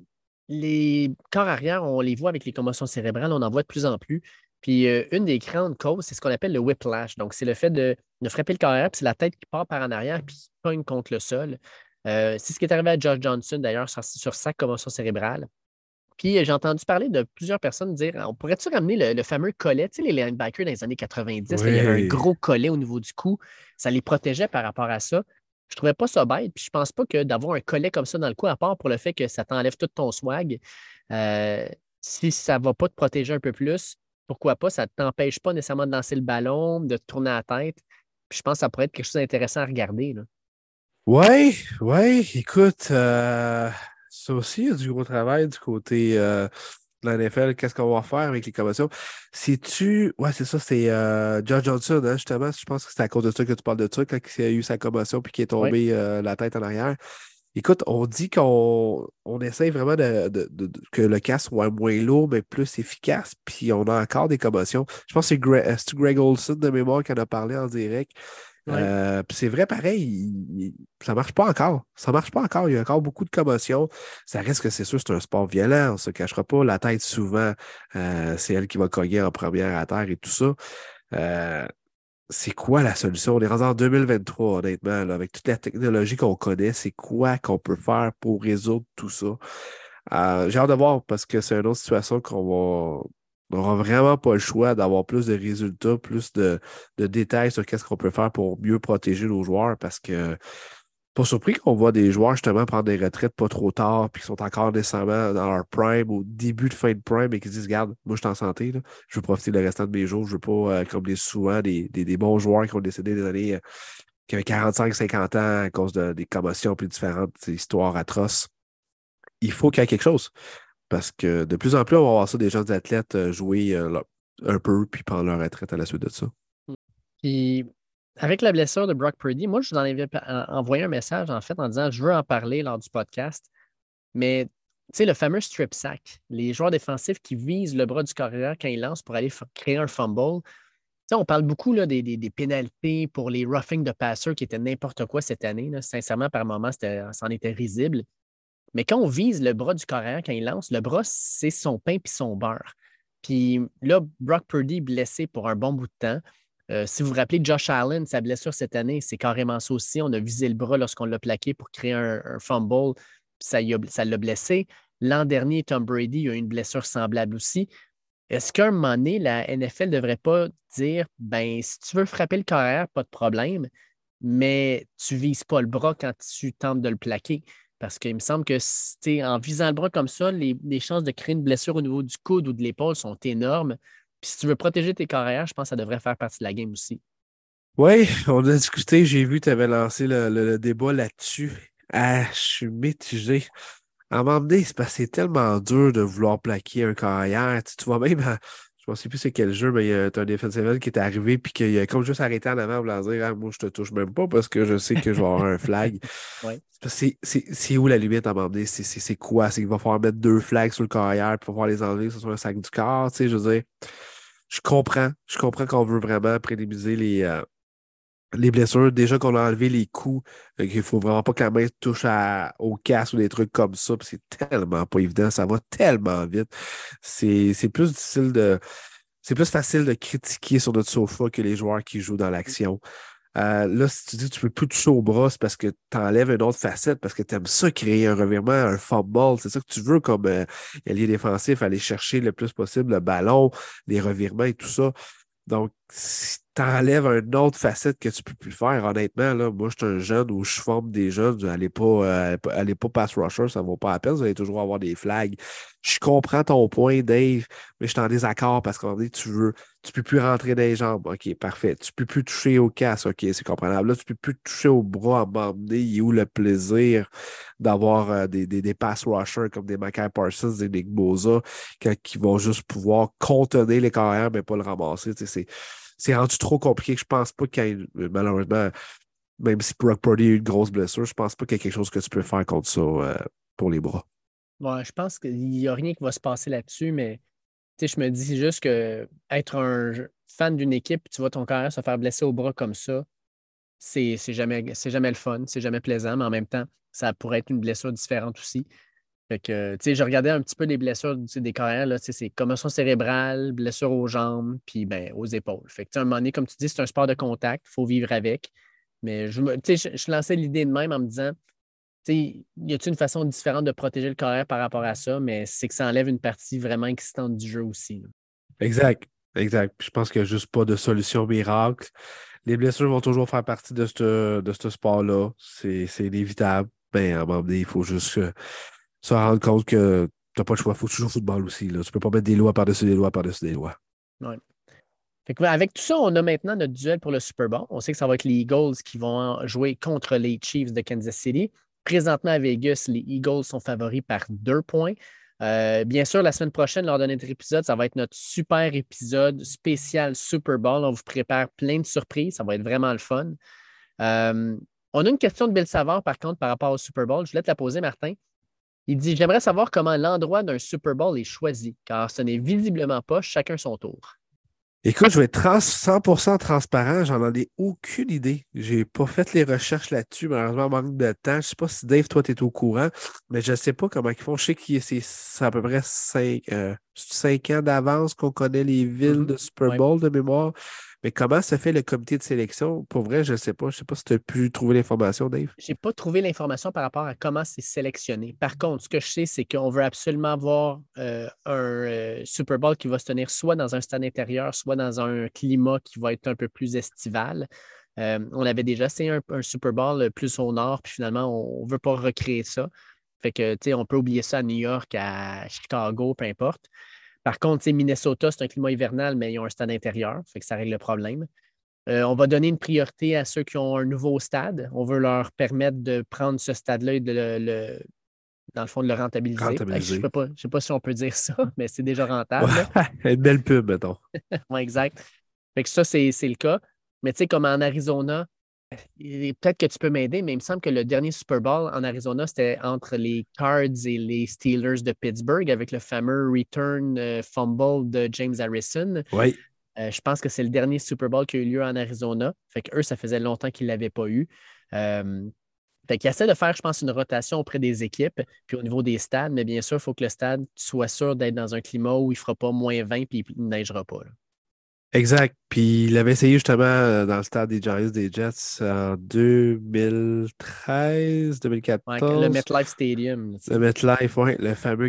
les corps arrière, on les voit avec les commotions cérébrales, on en voit de plus en plus. Puis une des grandes causes, c'est ce qu'on appelle le whiplash. Donc, c'est le fait de frapper le corps arrière, puis c'est la tête qui part par en arrière, puis qui pogne contre le sol. C'est ce qui est arrivé à Josh Johnson, d'ailleurs, sur sa commotion cérébrale. Puis j'ai entendu parler de plusieurs personnes dire on pourrait-tu ramener le fameux collet, tu sais, les linebackers dans les années 90, là, il y avait un gros collet au niveau du cou, ça les protégeait par rapport à ça. Je trouvais pas ça bête, puis je pense pas que d'avoir un collet comme ça dans le cou, à part pour le fait que ça t'enlève tout ton swag, si ça va pas te protéger un peu plus, pourquoi pas, ça ne t'empêche pas nécessairement de lancer le ballon, de te tourner la tête. Puis je pense que ça pourrait être quelque chose d'intéressant à regarder, là. Ouais, écoute, ça aussi, il y a du gros travail du côté de la NFL. Qu'est-ce qu'on va faire avec les commotions? Ouais, c'est ça, c'est Josh Johnson, hein, justement. Je pense que c'est à cause de ça que tu parles de ça, quand il a eu sa commotion puis qu'il est tombé la tête en arrière. Écoute, on dit qu'on essaie vraiment que le casque soit moins lourd, mais plus efficace, puis on a encore des commotions. Je pense que c'est Greg Olson de mémoire qui en a parlé en direct. Puis c'est vrai, pareil, ça marche pas encore. Ça marche pas encore. Il y a encore beaucoup de commotions. Ça reste que c'est sûr, c'est un sport violent. On ne se cachera pas. La tête, souvent, c'est elle qui va cogner en première à terre et tout ça. C'est quoi la solution? On est rendu en 2023, honnêtement, là, avec toute la technologie qu'on connaît. C'est quoi qu'on peut faire pour résoudre tout ça? J'ai hâte de voir parce que c'est une autre situation on n'aura vraiment pas le choix d'avoir plus de résultats, plus de détails sur qu'est-ce qu'on peut faire pour mieux protéger nos joueurs parce que Pas surpris qu'on voit des joueurs justement prendre des retraites pas trop tard, puis qui sont encore nécessairement dans leur prime, au début de fin de prime, et qui se disent, regarde, moi je suis en santé, là. Je veux profiter le restant de mes jours, je veux pas, comme les souvent, des bons joueurs qui ont décédé des années, qui avaient 45-50 ans à cause de des commotions puis différentes histoires atroces. Il faut qu'il y ait quelque chose. Parce que de plus en plus, on va voir ça des jeunes athlètes jouer un peu puis prendre leur retraite à la suite de ça. Puis, avec la blessure de Brock Purdy, moi, je vous en avais envoyé un message, en fait, en disant je veux en parler lors du podcast. Mais, tu sais, le fameux strip sack, les joueurs défensifs qui visent le bras du carrière quand ils lancent pour aller créer un fumble. Tu sais, on parle beaucoup là, des pénalités pour les roughing de passer qui étaient n'importe quoi cette année. Là. Sincèrement, par moments, c'en était risible. Mais quand on vise le bras du carrière quand il lance, le bras, c'est son pain puis son beurre. Puis là, Brock Purdy blessé pour un bon bout de temps. Si vous vous rappelez, Josh Allen, sa blessure cette année, c'est carrément ça aussi. On a visé le bras lorsqu'on l'a plaqué pour créer un fumble, puis ça l'a blessé. L'an dernier, Tom Brady a eu une blessure semblable aussi. Est-ce qu'à un moment donné, la NFL ne devrait pas dire, ben, si tu veux frapper le carrière, pas de problème, mais tu ne vises pas le bras quand tu tentes de le plaquer? Parce qu'il me semble que en visant le bras comme ça, les chances de créer une blessure au niveau du coude ou de l'épaule sont énormes. Puis si tu veux protéger tes carrières, je pense que ça devrait faire partie de la game aussi. Oui, on a discuté, j'ai vu que tu avais lancé le débat là-dessus. Ah, je suis mitigé. À un moment donné, c'est parce que c'est tellement dur de vouloir plaquer un carrière. Tu vois même, je ne sais plus c'est quel jeu, mais il y a un defensive end qui est arrivé puis qu'il a comme juste arrêté en avant voulant dire ah, moi, je te touche même pas parce que je sais que je vais avoir un flag. Ouais. C'est où la limite à un moment donné? C'est quoi? C'est qu'il va falloir mettre 2 flags sur le carrière puis il va falloir les enlever sur un sac du corps. Tu sais, je veux dire, je comprends qu'on veut vraiment prédimiser les blessures, déjà qu'on a enlevé les coups, qu'il faut vraiment pas que la main touche au casque ou des trucs comme ça, puis c'est tellement pas évident, ça va tellement vite. C'est plus difficile c'est plus facile de critiquer sur notre sofa que les joueurs qui jouent dans l'action. Là, si tu dis que tu peux plus toucher au bras, c'est parce que tu enlèves une autre facette, parce que tu aimes ça créer un revirement, un fumble. C'est ça que tu veux comme allié défensif, aller chercher le plus possible le ballon, les revirements et tout ça. Donc, si tu enlèves une autre facette que tu peux plus faire, honnêtement, là, moi, je suis un jeune où je forme des jeunes, allez pas pass rusher, ça ne vaut pas la peine, vous allez toujours avoir des flags. Je comprends ton point, Dave, mais je suis en désaccord parce qu'en dit, tu peux plus rentrer dans les jambes. OK, parfait. Tu peux plus toucher au casque. OK, c'est comprenable. Là, tu peux plus toucher au bras à m'emmener. Il est où le plaisir d'avoir des pass rushers comme des Micah Parsons, des Nick Bosa, qui vont juste pouvoir contenir les carrières, mais pas le ramasser. C'est rendu trop compliqué que je pense pas qu'il y ait, malheureusement, même si Brock Purdy a eu une grosse blessure, je pense pas qu'il y ait quelque chose que tu peux faire contre ça pour les bras. Ouais, je pense qu'il n'y a rien qui va se passer là-dessus, mais je me dis juste que être un fan d'une équipe, tu vois ton carrière se faire blesser au bras comme ça, c'est jamais le fun, c'est jamais plaisant, mais en même temps, ça pourrait être une blessure différente aussi. Fait que, je regardais un petit peu les blessures des carrières, là, c'est commotion cérébrale, blessure aux jambes, puis ben, aux épaules. Fait que, à un moment donné, comme tu dis, c'est un sport de contact, il faut vivre avec. Mais je lançais l'idée de même en me disant, y a-t-il une façon différente de protéger le carrière par rapport à ça, mais c'est que ça enlève une partie vraiment excitante du jeu aussi. Là. Exact. Exact. Puis je pense qu'il n'y a juste pas de solution miracle. Les blessures vont toujours faire partie de ce sport-là. C'est inévitable. Mais à un moment donné, il faut juste se rendre compte que tu n'as pas le choix. Il faut que tu joues au football aussi. Là. Tu ne peux pas mettre des lois par-dessus des lois par-dessus des lois. Ouais. Fait que, avec tout ça, on a maintenant notre duel pour le Super Bowl. On sait que ça va être les Eagles qui vont jouer contre les Chiefs de Kansas City. Présentement, à Vegas, les Eagles sont favoris par 2 points. Bien sûr, la semaine prochaine, lors de notre épisode, ça va être notre super épisode spécial Super Bowl. On vous prépare plein de surprises. Ça va être vraiment le fun. On a une question de Bill Savard, par contre, par rapport au Super Bowl. Je voulais te la poser, Martin. Il dit j'aimerais savoir comment l'endroit d'un Super Bowl est choisi, car ce n'est visiblement pas chacun son tour. Écoute, je vais être 100% transparent, j'en ai aucune idée. J'ai pas fait les recherches là-dessus, malheureusement, manque de temps. Je sais pas si Dave, toi, tu es au courant, mais je sais pas comment ils font. Je sais que c'est à peu près 5 ans d'avance qu'on connaît les villes de Super Ouais. Bowl de mémoire. Mais comment se fait le comité de sélection? Pour vrai, je sais pas. Je sais pas si tu as pu trouver l'information, Dave. Je n'ai pas trouvé l'information par rapport à comment c'est sélectionné. Par contre, ce que je sais, c'est qu'on veut absolument avoir un Super Bowl qui va se tenir soit dans un stade intérieur, soit dans un climat qui va être un peu plus estival. On avait déjà essayé un Super Bowl plus au nord, puis finalement, on ne veut pas recréer ça. Fait que, tu sais, on peut oublier ça à New York, à Chicago, peu importe. Par contre, tu sais, Minnesota, c'est un climat hivernal, mais ils ont un stade intérieur, fait que ça règle le problème. On va donner une priorité à ceux qui ont un nouveau stade. On veut leur permettre de prendre ce stade-là et dans le fond, de le rentabiliser. Je Rentabiliser. ne sais pas si on peut dire ça, mais c'est déjà Ouais, rentable. une belle pub, mettons. Ouais, exact. Fait que ça, c'est le cas. Mais tu sais, comme en Arizona, peut-être que tu peux m'aider, mais il me semble que le dernier Super Bowl en Arizona, c'était entre les Cards et les Steelers de Pittsburgh avec le fameux return fumble de James Harrison. Oui. Je pense que c'est le dernier Super Bowl qui a eu lieu en Arizona. Fait que eux, ça faisait longtemps qu'ils ne l'avaient pas eu. Fait qu'ils essaient de faire, je pense, une rotation auprès des équipes, puis au niveau des stades, mais bien sûr, il faut que le stade soit sûr d'être dans un climat où il ne fera pas -20 puis il ne neigera pas. Là. Exact. Puis il avait essayé justement dans le stade des Giants des Jets en 2013, Ouais, le 2014. MetLife Stadium. Le MetLife, ouais, le fameux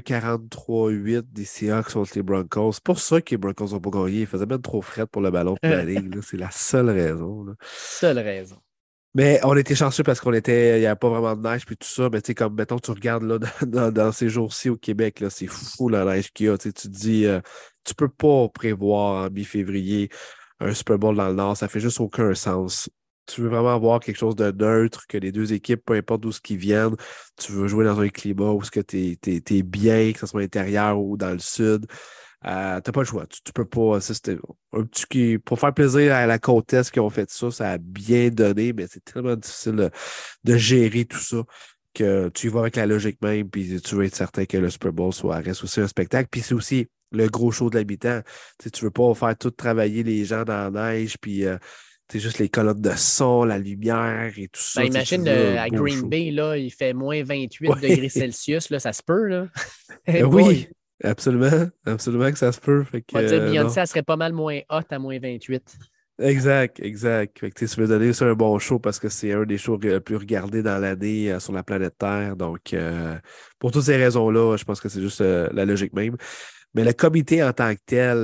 43-8 des Seahawks contre les Broncos. C'est pour ça que les Broncos n'ont pas gagné. Ils faisaient même trop fret pour le ballon pour la ligue. Là. C'est la seule raison. Là. Seule raison. Mais on était chanceux parce il n'y avait pas vraiment de neige puis tout ça. Mais tu sais, comme mettons, tu regardes là, dans ces jours-ci au Québec, là, c'est fou la neige qu'il y a. Tu sais, tu te dis, tu peux pas prévoir en mi-février un Super Bowl dans le Nord. Ça fait juste aucun sens. Tu veux vraiment avoir quelque chose de neutre, que les deux équipes, peu importe d'où ce qu'ils viennent, tu veux jouer dans un climat où tu es bien, que ce soit à l'intérieur ou dans le sud. T'as pas le choix. Tu peux pas. Ça, c'était un petit pour faire plaisir à la côte est qui ont fait ça, ça a bien donné, mais c'est tellement difficile de gérer tout ça que tu y vas avec la logique même, puis tu veux être certain que le Super Bowl reste aussi un spectacle. Puis c'est aussi le gros show de l'habitant. Tu veux pas faire tout travailler les gens dans la neige, puis juste les colonnes de son, la lumière et tout Ben, ça. Tu imagine veux un à beau Green show. Bay, là, il fait -28 degrés Ouais. Celsius, là, ça se peut, là. Hey Oui, boy! absolument. Absolument que ça se peut. Fait que On va dire non. Beyoncé, elle serait pas mal moins hot à -28. Exact, exact. Fait que, tu veux donner ça un bon show parce que c'est un des shows les plus regardés dans l'année sur la planète Terre. Donc, pour toutes ces raisons-là, je pense que c'est juste la logique même. Mais le comité en tant que tel,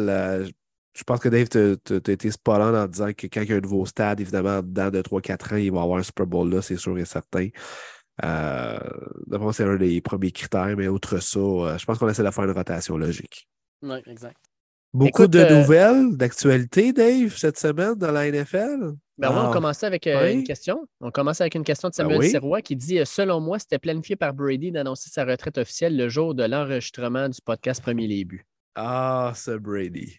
je pense que Dave, t'as été spot on en disant que quand il y a un nouveau stade, évidemment, dans de 3-4 ans, il va y avoir un Super Bowl là, c'est sûr et certain. Euh, D'abord, c'est un des premiers critères, mais outre ça, je pense qu'on essaie de faire une rotation logique. Oui, exact. Beaucoup Écoute, de nouvelles, d'actualité, Dave, cette semaine dans la NFL? ben ouais, on Ah, commençait avec une oui? question. On commence avec une question de Ben Samuel oui. Sirois qui dit selon moi, c'était planifié par Brady d'annoncer sa retraite officielle le jour de l'enregistrement du podcast Premier les buts. Ah, ce Brady.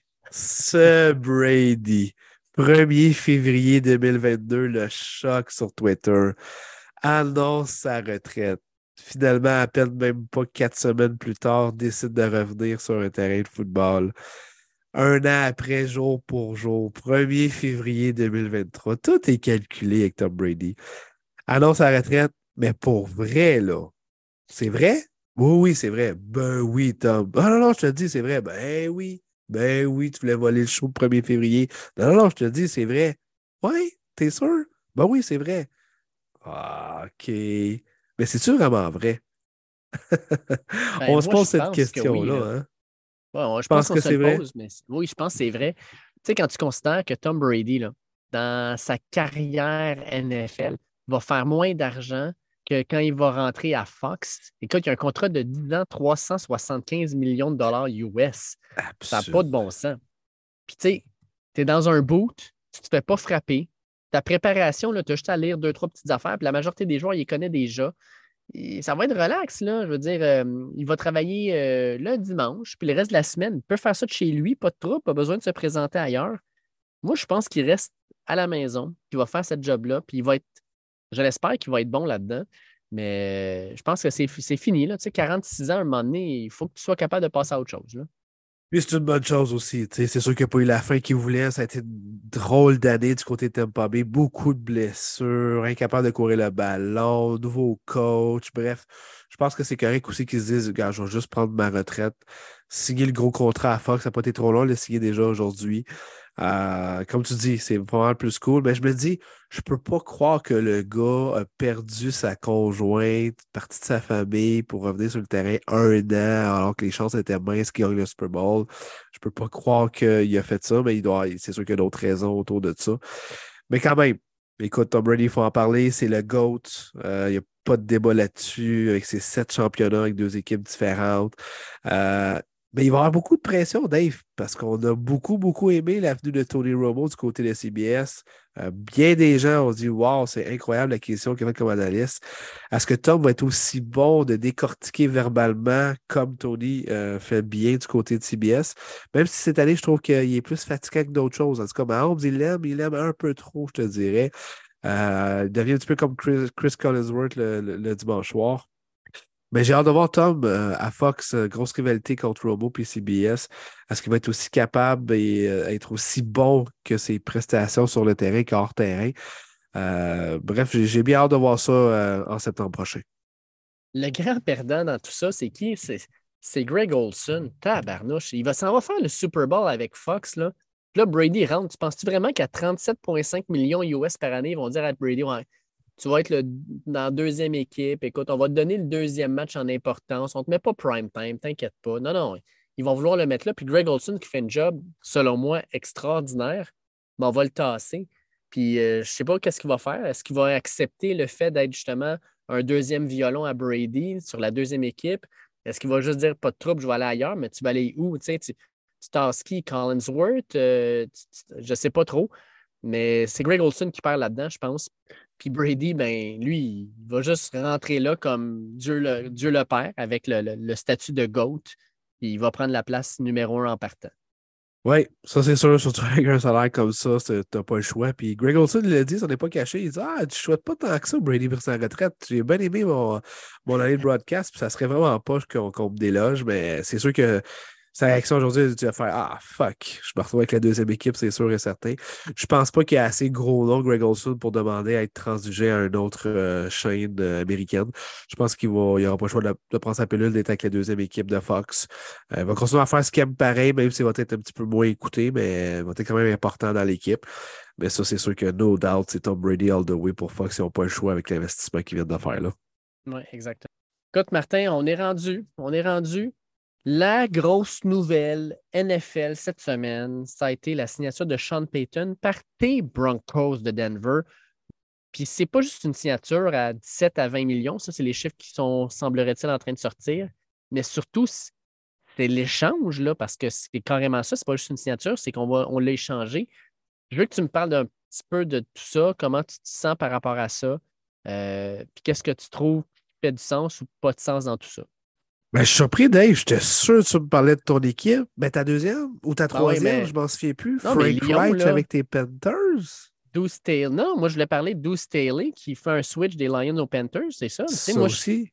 Ce Brady. 1er février 2022, le choc sur Twitter. Annonce sa retraite. Finalement, à peine même pas 4 semaines plus tard, décide de revenir sur un terrain de football. Un an après, jour pour jour, 1er février 2023. Tout est calculé avec Tom Brady. Annonce sa retraite, mais pour vrai, là. C'est vrai? Oui, oui, c'est vrai. Ben oui, Tom. Ah non, non, je te le dis, c'est vrai. Ben oui. Ben oui, tu voulais voler le show le 1er février. Non, non, non, je te le dis, c'est vrai. Oui, t'es sûr? Ben oui, c'est vrai. Ah, OK. Mais c'est-tu vraiment vrai? Ben, On se moi, pose je cette pense que oui, question-là, là. hein? Bon, Je je pense pense qu'on que se c'est le vrai. pose, mais oui, je pense que c'est vrai. Tu sais, quand tu considères que Tom Brady, là, dans sa carrière NFL, va faire moins d'argent que quand il va rentrer à Fox. Écoute, il y a un contrat de 10 ans, 375 millions de dollars US. Ça n'a pas de Absurde. bon sens. Puis, tu sais, tu es dans un boot, tu ne te fais pas frapper. Ta préparation, tu as juste à lire deux, trois petites affaires, puis la majorité des joueurs, ils les connaissent déjà. Et ça va être relax, là. Je veux dire, il va travailler le dimanche, puis le reste de la semaine, il peut faire ça de chez lui, pas de trouble, pas besoin de se présenter ailleurs. Moi, je pense qu'il reste à la maison, qu'il va faire cette job-là, puis il va être, je l'espère qu'il va être bon là-dedans, mais je pense que c'est fini, là. Tu sais, 46 ans, à un moment donné, il faut que tu sois capable de passer à autre chose, là. Puis c'est une bonne chose aussi. C'est sûr qu'il n'y a pas eu la fin qu'il voulait. Ça a été une drôle d'année du côté de Tampa Bay. Beaucoup de blessures, incapable de courir le ballon, nouveau coach. Bref, je pense que c'est correct aussi qu'ils se disent, regarde, je vais juste prendre ma retraite, signer le gros contrat à Fox. Ça n'a pas été trop long de le signer déjà aujourd'hui. Comme tu dis, c'est vraiment plus cool. Mais je me dis, je peux pas croire que le gars a perdu sa conjointe, partie de sa famille pour revenir sur le terrain un an alors que les chances étaient minces qu'il gagne le Super Bowl. Je peux pas croire qu'il a fait ça, mais c'est sûr qu'il y a d'autres raisons autour de ça. Mais quand même, Écoute, Tom Brady, il faut en parler, c'est le GOAT. Il n'y a pas de débat là-dessus, avec ses 7 championnats avec 2 équipes différentes. Euh, mais il va y avoir beaucoup de pression, Dave, parce qu'on a beaucoup, beaucoup aimé l'avenue de Tony Romo du côté de CBS. Bien des gens ont dit wow, c'est incroyable l'acquisition qu'il a fait comme analyste. Est-ce que Tom va être aussi bon de décortiquer verbalement comme Tony fait bien du côté de CBS? Même si cette année, je trouve qu'il est plus fatigué que d'autres choses. En tout cas, Mahomes, il l'aime un peu trop, je te dirais. Il devient un petit peu comme Chris Collinsworth le dimanche soir. Mais j'ai hâte de voir Tom à Fox, grosse rivalité contre Romo puis CBS. Est-ce qu'il va être aussi capable et être aussi bon que ses prestations sur le terrain qu'hors terrain? Bref, j'ai bien hâte de voir ça en septembre prochain. Le grand perdant dans tout ça, c'est qui? C'est Greg Olson. Tabarnouche. Il va s'en va faire le Super Bowl avec Fox, là. Puis là, Brady rentre. Tu penses-tu vraiment qu'à 37,5 millions US par année, ils vont dire à Brady, ouais, tu vas être dans la deuxième équipe. Écoute, on va te donner le deuxième match en importance. On ne te met pas prime time, t'inquiète pas. Non, non. Ils vont vouloir le mettre là. Puis Greg Olson, qui fait un job, selon moi, extraordinaire, ben, on va le tasser. Puis je ne sais pas qu'est-ce qu'il va faire. Est-ce qu'il va accepter le fait d'être justement un deuxième violon à Brady sur la deuxième équipe? Est-ce qu'il va juste dire pas de trouble, je vais aller ailleurs, mais tu vas aller où? Tu sais, tu tasses qui? Collinsworth? Je ne sais pas trop. Mais c'est Greg Olson qui perd là-dedans, je pense. Puis Brady, ben, lui, il va juste rentrer là comme Dieu le Père avec le statut de GOAT. Puis il va prendre la place numéro 1 en partant. Oui, ça c'est sûr, surtout avec un salaire comme ça, t'as pas le choix. Puis Greg Olson il l'a dit, ça n'est pas caché. Il dit ah, tu souhaites pas tant que ça, Brady, pour sa retraite. J'ai bien aimé mon année de broadcast, puis ça serait vraiment pas qu'on me déloge, mais c'est sûr que sa réaction aujourd'hui, tu vas faire ah, fuck, je me retrouve avec la deuxième équipe, c'est sûr et certain. Je pense pas qu'il y a assez gros nom, Greg Olson, pour demander à être transigé à une autre chaîne américaine. Je pense qu'il aura pas le choix de prendre sa pilule d'être avec la deuxième équipe de Fox. Il va continuer à faire ce qu'il aime pareil, même s'il va être un petit peu moins écouté, mais il va être quand même important dans l'équipe. Mais ça, c'est sûr que no doubt, c'est Tom Brady all the way pour Fox. Ils n'ont pas le choix avec l'investissement qu'ils viennent de faire là. Oui, exactement. Écoute, Martin, on est rendu. On est rendu. La grosse nouvelle NFL cette semaine, ça a été la signature de Sean Payton par tes Broncos de Denver. Puis c'est pas juste une signature à 17 à 20 millions, ça, c'est les chiffres qui sont, semblerait-il, en train de sortir. Mais surtout, c'est l'échange, là, parce que c'est carrément ça, c'est pas juste une signature, c'est on l'a échangé. Je veux que tu me parles d'un petit peu de tout ça, comment tu te sens par rapport à ça, puis qu'est-ce que tu trouves qui fait du sens ou pas de sens dans tout ça. Ben, je suis surpris, Dave. J'étais sûr que tu me parlais de ton équipe. Ben, ta deuxième ou ta Ah oui, troisième, mais je m'en souviens plus. non, mais Frank Lyon, Reich là, avec tes Panthers. Deuce Staley. Non, moi, je voulais parler de Deuce Staley qui fait un switch des Lions aux Panthers, c'est ça. Tu sais, Ça moi, aussi.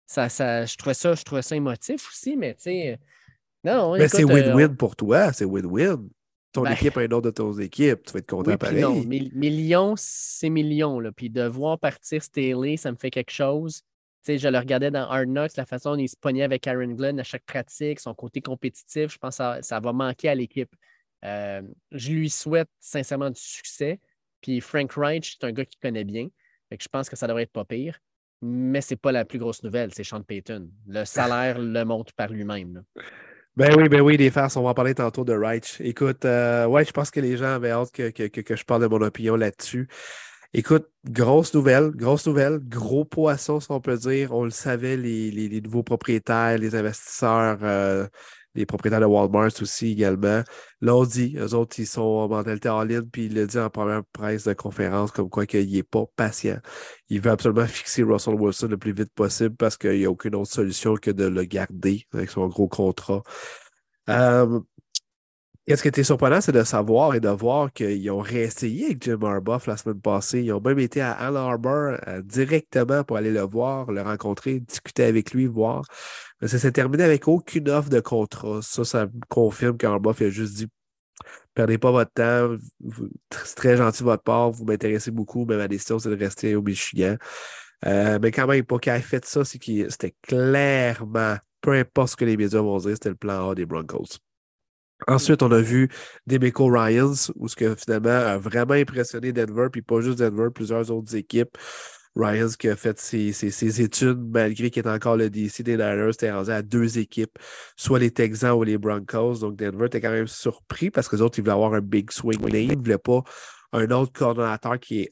je trouvais ça émotif aussi, mais tu sais, non, Ben, c'est écoute, win-win pour toi. C'est win-win. Ton ben, équipe a un autre de tes équipes. Tu vas être content oui, puis non. pareil. Mais Lyon, c'est millions, là. Puis de voir partir Staley, ça me fait quelque chose. Tu sais, je le regardais dans Hard Knocks, la façon dont il se pognait avec Aaron Glenn à chaque pratique, son côté compétitif, je pense que ça va manquer à l'équipe. Je lui souhaite sincèrement du succès. Puis Frank Reich, c'est un gars qui connaît bien. Fait que je pense que ça devrait être pas pire. Mais c'est pas la plus grosse nouvelle, c'est Sean Payton. Le salaire le monte par lui-même, là. Ben oui, les farces, on va en parler tantôt de Reich. Écoute, ouais, je pense que les gens avaient hâte que je parle de mon opinion là-dessus. Écoute, grosse nouvelle, gros poisson, si on peut dire. On le savait, les nouveaux propriétaires, les investisseurs, les propriétaires de Walmart aussi également. Là, on dit, eux autres, ils sont en mentalité en ligne, puis il le dit en première presse de conférence, comme quoi qu'il n'est pas patient. Il veut absolument fixer Russell Wilson le plus vite possible parce qu'il n'y a aucune autre solution que de le garder avec son gros contrat. Euh, Qu'est-ce qui était surprenant, c'est de savoir et de voir qu'ils ont réessayé avec Jim Harbaugh la semaine passée. Ils ont même été à Ann Arbor directement pour aller le voir, le rencontrer, discuter avec lui, voir. Mais ça s'est terminé avec aucune offre de contrat. Ça me confirme qu'Harbaugh a juste dit perdez pas votre temps, c'est très gentil de votre part, vous m'intéressez beaucoup, mais ma décision, c'est de rester au Michigan. Mais quand même, pas qu'il ait fait ça, c'est que c'était clairement, peu importe ce que les médias vont dire, c'était le plan A des Broncos. Ensuite, on a vu Demeco Ryans, où ce que finalement a vraiment impressionné Denver, puis pas juste Denver, plusieurs autres équipes. Ryans qui a fait ses études, malgré qu'il est encore le DC des Niners, était rendu à 2 équipes, soit les Texans ou les Broncos. Donc Denver était quand même surpris parce que les autres, ils voulaient avoir un big swing name. Ils ne voulaient pas un autre coordonnateur qui est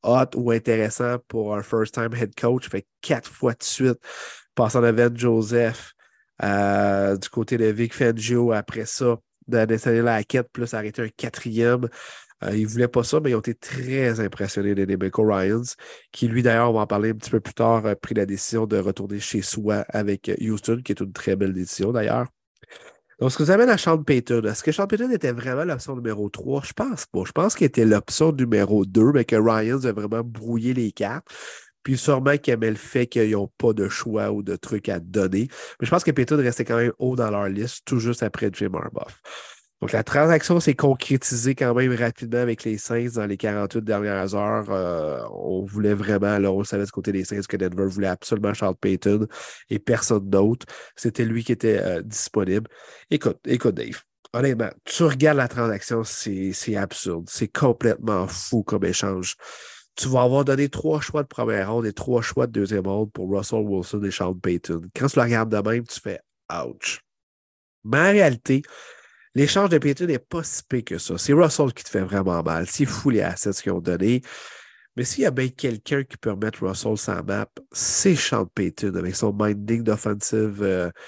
hot ou intéressant pour un first-time head coach. Fait 4 fois de suite, passant de Ben Joseph, du côté de Vic Fangio, après ça, de Nathaniel Hackett, plus arrêter un quatrième. Ils ne voulaient pas ça, mais ils ont été très impressionnés de D'Amico Ryans, qui, lui, d'ailleurs, on va en parler un petit peu plus tard, a pris la décision de retourner chez soi avec Houston, qui est une très belle décision, d'ailleurs. Donc, ce que vous amène à Sean Payton, est-ce que Sean Payton était vraiment l'option numéro 3? Je pense pas. Je pense qu'il était l'option numéro 2, mais que Ryans a vraiment brouillé les cartes. Puis sûrement qu'il aimait le fait qu'ils n'ont pas de choix ou de trucs à donner. Mais je pense que Payton restait quand même haut dans leur liste, tout juste après Jim Harbaugh. Donc, la transaction s'est concrétisée quand même rapidement avec les Saints dans les 48 dernières heures. On voulait vraiment, là, on savait du côté des Saints que Denver voulait absolument Sean Payton et personne d'autre. C'était lui qui était disponible. Écoute, Dave. Honnêtement, tu regardes la transaction, c'est absurde. C'est complètement fou comme échange. Tu vas avoir donné 3 choix de première ronde et 3 choix de deuxième ronde pour Russell Wilson et Sean Payton. Quand tu le regardes de même, tu fais ouch. Mais en réalité, l'échange de Payton n'est pas si pire que ça. C'est Russell qui te fait vraiment mal. C'est fou les assets qu'ils ont donnés. Mais s'il y a bien quelqu'un qui peut remettre Russell sur la map, c'est Sean Payton avec son minding d'offensive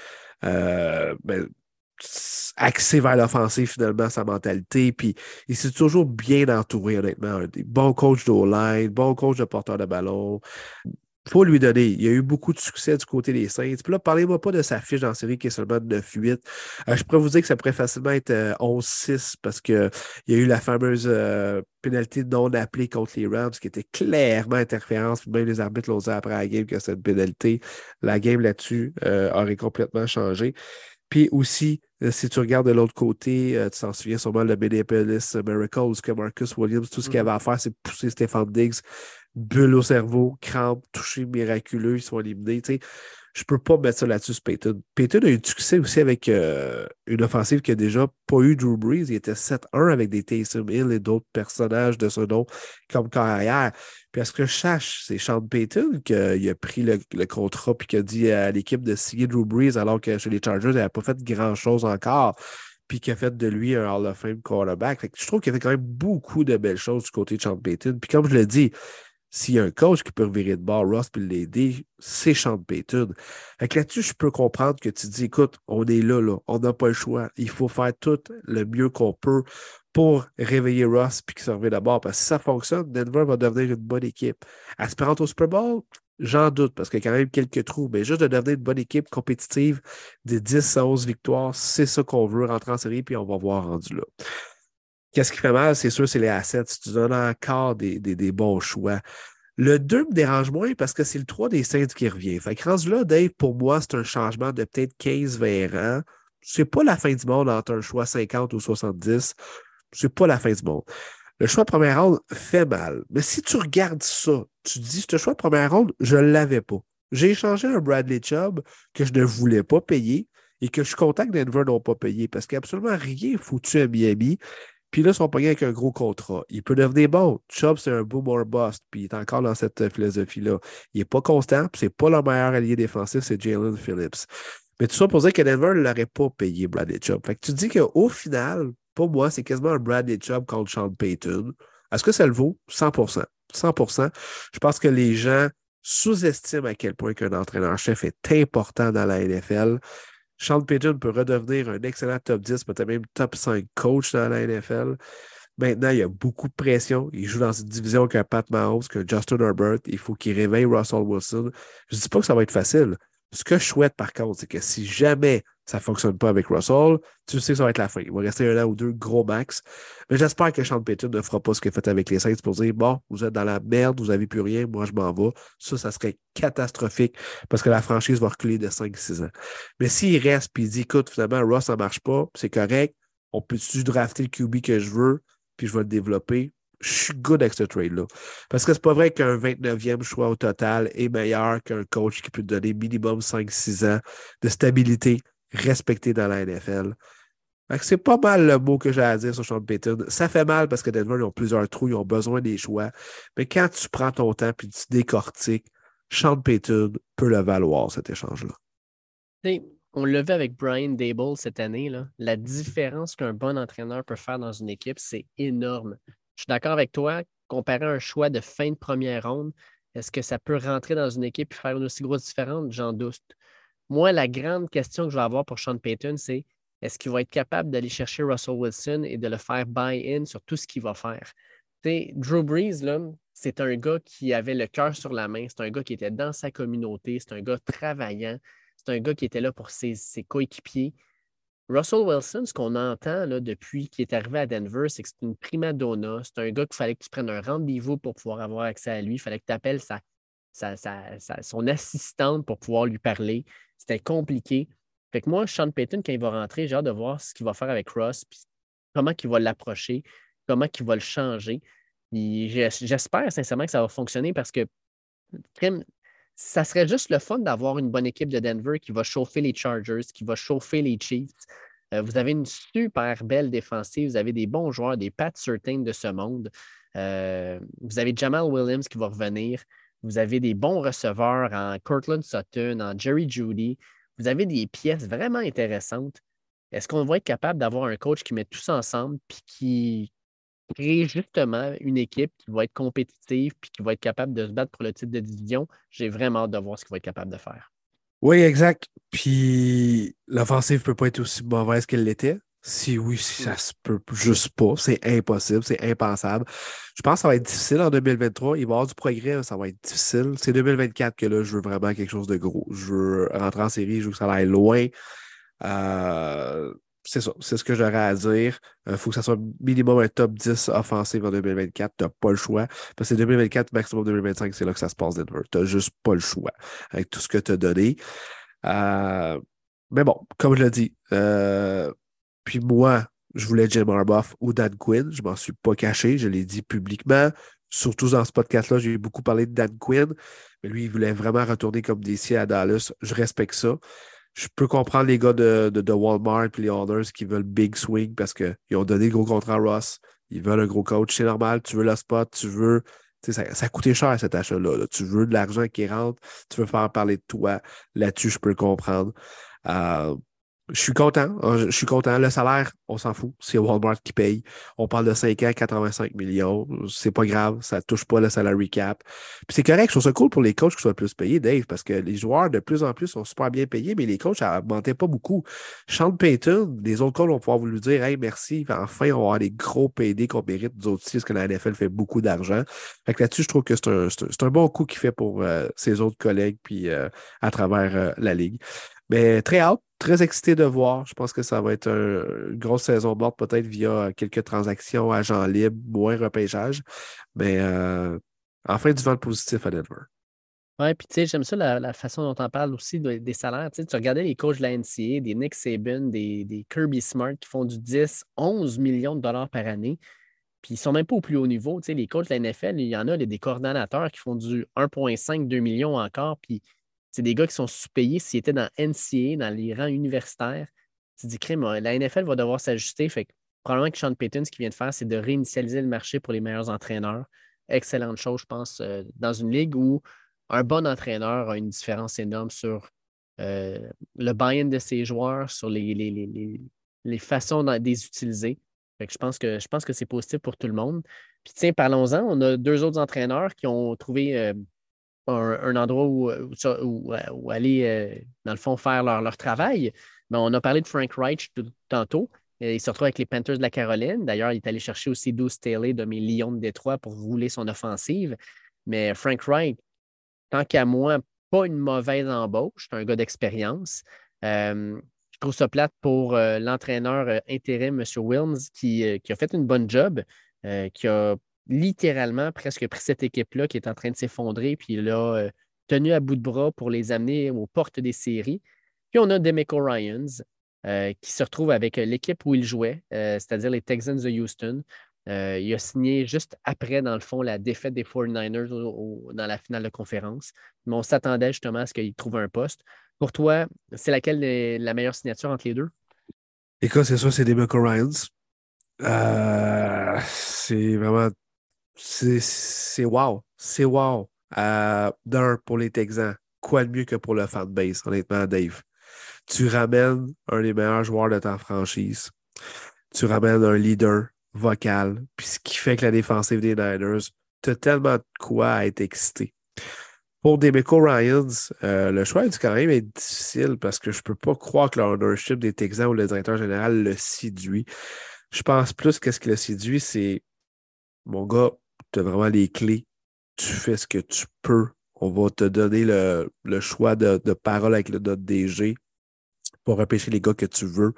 axé vers l'offensive, finalement, sa mentalité. Puis il s'est toujours bien entouré, honnêtement. Des bons coachs d'O-line, bons coachs de porteur de ballon. Faut lui donner. Il y a eu beaucoup de succès du côté des Saints. Puis là, parlez-moi pas de sa fiche en série qui est seulement de 9-8. Je pourrais vous dire que ça pourrait facilement être 11-6 parce qu'il y a eu la fameuse pénalité non appelée contre les Rams qui était clairement interférence. Puis même les arbitres l'ont dit après la game que cette pénalité, la game là-dessus aurait complètement changé. Puis aussi, si tu regardes de l'autre côté, tu t'en souviens sûrement le Minneapolis Miracle, où que Marcus Williams, tout ce qu'il avait à faire, c'est pousser Stephon Diggs, bulle au cerveau, crampe, toucher miraculeux, ils sont éliminés. Tu sais, je peux pas mettre ça là-dessus sur Payton. Payton a eu du succès aussi avec une offensive qui a déjà pas eu Drew Brees. Il était 7-1 avec des Taysom Hill et d'autres personnages de ce nom comme carrière. Puis à ce que je sache, c'est Sean Payton qui a pris le contrat puis qui a dit à l'équipe de signer Drew Brees alors que chez les Chargers, il n'avait pas fait grand-chose encore. Puis qui a fait de lui un Hall of Fame quarterback. Fait que je trouve qu'il y avait quand même beaucoup de belles choses du côté de Sean Payton. Puis comme je l'ai dit, s'il y a un coach qui peut revirer de bord Ross puis l'aider, c'est Sean Payton. Fait que là-dessus, je peux comprendre que tu dis, écoute, on est là, on n'a pas le choix. Il faut faire tout le mieux qu'on peut pour réveiller Ross puis qu'il se revienne de bord. Parce que si ça fonctionne, Denver va devenir une bonne équipe. Aspirante au Super Bowl, j'en doute parce qu'il y a quand même quelques trous. Mais juste de devenir une bonne équipe compétitive, des 10 à 11 victoires, c'est ça qu'on veut rentrer en série puis on va voir rendu là. Qu'est-ce qui fait mal, c'est sûr, c'est les assets. Tu donnes encore des bons choix. Le 2 me dérange moins parce que c'est le 3 des Saints qui revient. Fait que rendu là, Dave, pour moi, c'est un changement de peut-être 15-20 ans. C'est pas la fin du monde entre un choix 50 ou 70. C'est pas la fin du monde. Le choix de première ronde fait mal. Mais si tu regardes ça, tu te dis, ce choix de première ronde, je ne l'avais pas. J'ai échangé un Bradley Chubb que je ne voulais pas payer et que je suis content que Denver n'ont pas payé parce qu'il n'y a absolument rien foutu à Miami. Puis là, ils sont pognés avec un gros contrat. Il peut devenir bon. Chubb, c'est un boom or bust. Puis il est encore dans cette philosophie-là. Il n'est pas constant. Puis c'est pas le meilleur allié défensif, c'est Jalen Phillips. Mais tout ça pour dire que Denver ne l'aurait pas payé, Bradley Chubb. Fait que tu dis qu'au final, pour moi, c'est quasiment un Bradley Chubb contre Sean Payton. Est-ce que ça le vaut? 100%. 100%. Je pense que les gens sous-estiment à quel point qu'un entraîneur-chef est important dans la NFL. Sean Payton peut redevenir un excellent top 10, peut-être même top 5 coach dans la NFL. Maintenant, il y a beaucoup de pression. Il joue dans une division qu'un Pat Mahomes, qu'un Justin Herbert. Il faut qu'il réveille Russell Wilson. Je ne dis pas que ça va être facile. Ce que je souhaite, par contre, c'est que si jamais ça ne fonctionne pas avec Russell, tu sais que ça va être la fin. Il va rester un an ou deux, gros max. Mais j'espère que Sean Payton ne fera pas ce qu'il a fait avec les Saints pour dire, bon, vous êtes dans la merde, vous n'avez plus rien, moi je m'en vais. Ça serait catastrophique parce que la franchise va reculer de 5-6 ans. Mais s'il reste et il dit, écoute, finalement, Russ, ça ne marche pas, c'est correct, on peut-tu drafter le QB que je veux, puis je vais le développer. Je suis good avec ce trade-là. Parce que c'est pas vrai qu'un 29e choix au total est meilleur qu'un coach qui peut te donner minimum 5-6 ans de stabilité respectée dans la NFL. C'est pas mal le mot que j'ai à dire sur Sean Payton. Ça fait mal parce que Denver, ils ont plusieurs trous, ils ont besoin des choix. Mais quand tu prends ton temps et tu décortiques, Sean Payton peut le valoir, cet échange-là. On l'a vu avec Brian Daboll cette année. Là. La différence qu'un bon entraîneur peut faire dans une équipe, c'est énorme. Je suis d'accord avec toi. comparer un choix de fin de première ronde, est-ce que ça peut rentrer dans une équipe et faire une aussi grosse différence? J'en doute. Moi, la grande question que je vais avoir pour Sean Payton, c'est est-ce qu'il va être capable d'aller chercher Russell Wilson et de le faire buy-in sur tout ce qu'il va faire? T'sais, Drew Brees, là, c'est un gars qui avait le cœur sur la main, c'est un gars qui était dans sa communauté, c'est un gars travaillant, c'est un gars qui était là pour ses coéquipiers. Russell Wilson, ce qu'on entend là, depuis qu'il est arrivé à Denver, c'est que c'est une prima donna. C'est un gars qu'il fallait que tu prennes un rendez-vous pour pouvoir avoir accès à lui. Il fallait que tu appelles son assistante pour pouvoir lui parler. C'était compliqué. Fait que moi, Sean Payton, quand il va rentrer, j'ai hâte de voir ce qu'il va faire avec Russ, puis comment il va l'approcher, comment il va le changer. J'espère sincèrement que ça va fonctionner parce que ça serait juste le fun d'avoir une bonne équipe de Denver qui va chauffer les Chargers, qui va chauffer les Chiefs. Vous avez une super belle défensive, vous avez des bons joueurs, des Pat Surtain de ce monde. Vous avez Jamal Williams qui va revenir. Vous avez des bons receveurs en Courtland Sutton, en Jerry Jeudy. Vous avez des pièces vraiment intéressantes. Est-ce qu'on va être capable d'avoir un coach qui met tout ça ensemble puis qui créer justement une équipe qui va être compétitive puis qui va être capable de se battre pour le titre de division? J'ai vraiment hâte de voir ce qu'il va être capable de faire. Oui, exact. Puis l'offensive ne peut pas être aussi mauvaise qu'elle l'était. Si oui, si ça se peut juste pas. C'est impossible, c'est impensable. Je pense que ça va être difficile en 2023. Il va y avoir du progrès, mais ça va être difficile. C'est 2024 que là, je veux vraiment quelque chose de gros. Je veux rentrer en série, je veux que ça aille loin. C'est ça, c'est ce que j'aurais à dire. Il faut que ça soit minimum un top 10 offensif en 2024. Tu n'as pas le choix. Parce que c'est 2024, maximum 2025, c'est là que ça se passe, Denver. Tu n'as juste pas le choix avec tout ce que tu as donné. Mais bon, comme je l'ai dit, puis moi, je voulais Jim Harbaugh ou Dan Quinn. Je ne m'en suis pas caché. Je l'ai dit publiquement. Surtout dans ce podcast-là, j'ai beaucoup parlé de Dan Quinn. Mais lui, il voulait vraiment retourner comme DC à Dallas. Je respecte ça. Je peux comprendre les gars de Walmart et les Honors qui veulent big swing parce qu'ils ont donné le gros contrat à Ross. Ils veulent un gros coach. C'est normal. Tu veux le spot. Tu veux. Ça a coûté cher cet achat-là. Là. Tu veux de l'argent qui rentre. Tu veux faire parler de toi. Là-dessus, je peux le comprendre. Je suis content. Je suis content. Le salaire, on s'en fout. C'est Walmart qui paye. On parle de 5 ans, 85 millions. C'est pas grave. Ça touche pas le salary cap. Puis c'est correct. Je trouve ça cool pour les coachs qui soient plus payés, Dave, parce que les joueurs, de plus en plus, sont super bien payés, mais les coachs, ça augmentait pas beaucoup. Sean Payton, les autres coachs vont pouvoir vous lui dire, hey, merci. Enfin, on va avoir des gros PD qu'on mérite nous autres aussi, parce que la NFL fait beaucoup d'argent. Fait que là-dessus, je trouve que c'est un bon coup qu'il fait pour ses autres collègues, puis à travers la ligue. Mais très hâte, très excité de voir. Je pense que ça va être une grosse saison morte, peut-être via quelques transactions, agents libres, moins repêchage. Mais enfin, du vent positif à Denver. Oui, puis tu sais, j'aime ça la façon dont on parle aussi des salaires. Tu regardais les coachs de la NCAA, des Nick Saban, des Kirby Smart qui font du 10, 11 millions de dollars par année. Puis ils ne sont même pas au plus haut niveau. Tu sais, les coachs de la NFL, il y en a des coordonnateurs qui font du 1,5, 2 millions encore. Puis c'est des gars qui sont sous-payés s'ils étaient dans NCAA, dans les rangs universitaires. Tu te dis, crime, la NFL va devoir s'ajuster. Fait que probablement que Sean Payton, ce qu'il vient de faire, c'est de réinitialiser le marché pour les meilleurs entraîneurs. Excellente chose, je pense, dans une ligue où un bon entraîneur a une différence énorme sur le buy-in de ses joueurs, sur les façons de les utiliser. Fait que je pense que c'est positif pour tout le monde. Puis tiens, parlons-en. On a deux autres entraîneurs qui ont trouvé un endroit où aller, dans le fond, faire leur travail. Mais on a parlé de Frank Reich tantôt. Il se retrouve avec les Panthers de la Caroline. D'ailleurs, il est allé chercher aussi Deuce Staley de mes Lions de Détroit pour rouler son offensive. Mais Frank Reich, tant qu'à moi, pas une mauvaise embauche. C'est un gars d'expérience. Je trouve ça plate pour l'entraîneur intérim, M. Wilms, qui a fait une bonne job, qui a littéralement presque pris cette équipe-là qui est en train de s'effondrer, puis il l'a tenu à bout de bras pour les amener aux portes des séries. Puis on a Demeco Ryans qui se retrouve avec l'équipe où il jouait, c'est-à-dire les Texans de Houston. Il a signé juste après, dans le fond, la défaite des 49ers dans la finale de conférence. Mais on s'attendait justement à ce qu'il trouve un poste. Pour toi, c'est laquelle la meilleure signature entre les deux? Écoute, c'est ça, c'est Demeco Ryans. C'est vraiment. C'est wow. C'est wow. D'un, pour les Texans, quoi de mieux que pour le fanbase, honnêtement, Dave? Tu ramènes un des meilleurs joueurs de ta franchise. Tu ramènes un leader vocal. Puis ce qui fait que la défensive des Niners tu as tellement de quoi à être excité. Pour DeMeco Ryans, le choix a dû quand même être difficile parce que je peux pas croire que le ownership des Texans ou le directeur général le séduit. Je pense plus que ce qui le séduit, c'est mon gars, tu as vraiment les clés, tu fais ce que tu peux. On va te donner le choix de parole avec notre DG pour repêcher les gars que tu veux.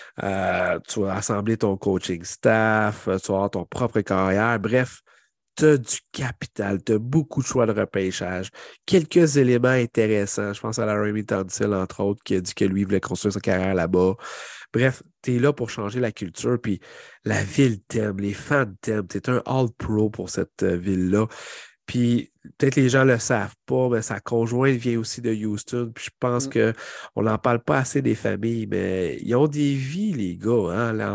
Tu vas assembler ton coaching staff, tu vas avoir ton propre carrière. Bref, tu as du capital, tu as beaucoup de choix de repêchage. Quelques éléments intéressants. Je pense à la Remy Tansil, entre autres, qui a dit que lui voulait construire sa carrière là-bas. Bref, tu es là pour changer la culture, puis la ville t'aime, les fans t'aiment. Tu es un All-Pro pour cette ville-là. Puis peut-être les gens ne le savent pas, mais sa conjointe vient aussi de Houston. Puis je pense qu'on n'en parle pas assez des familles, mais ils ont des vies, les gars, hein, là,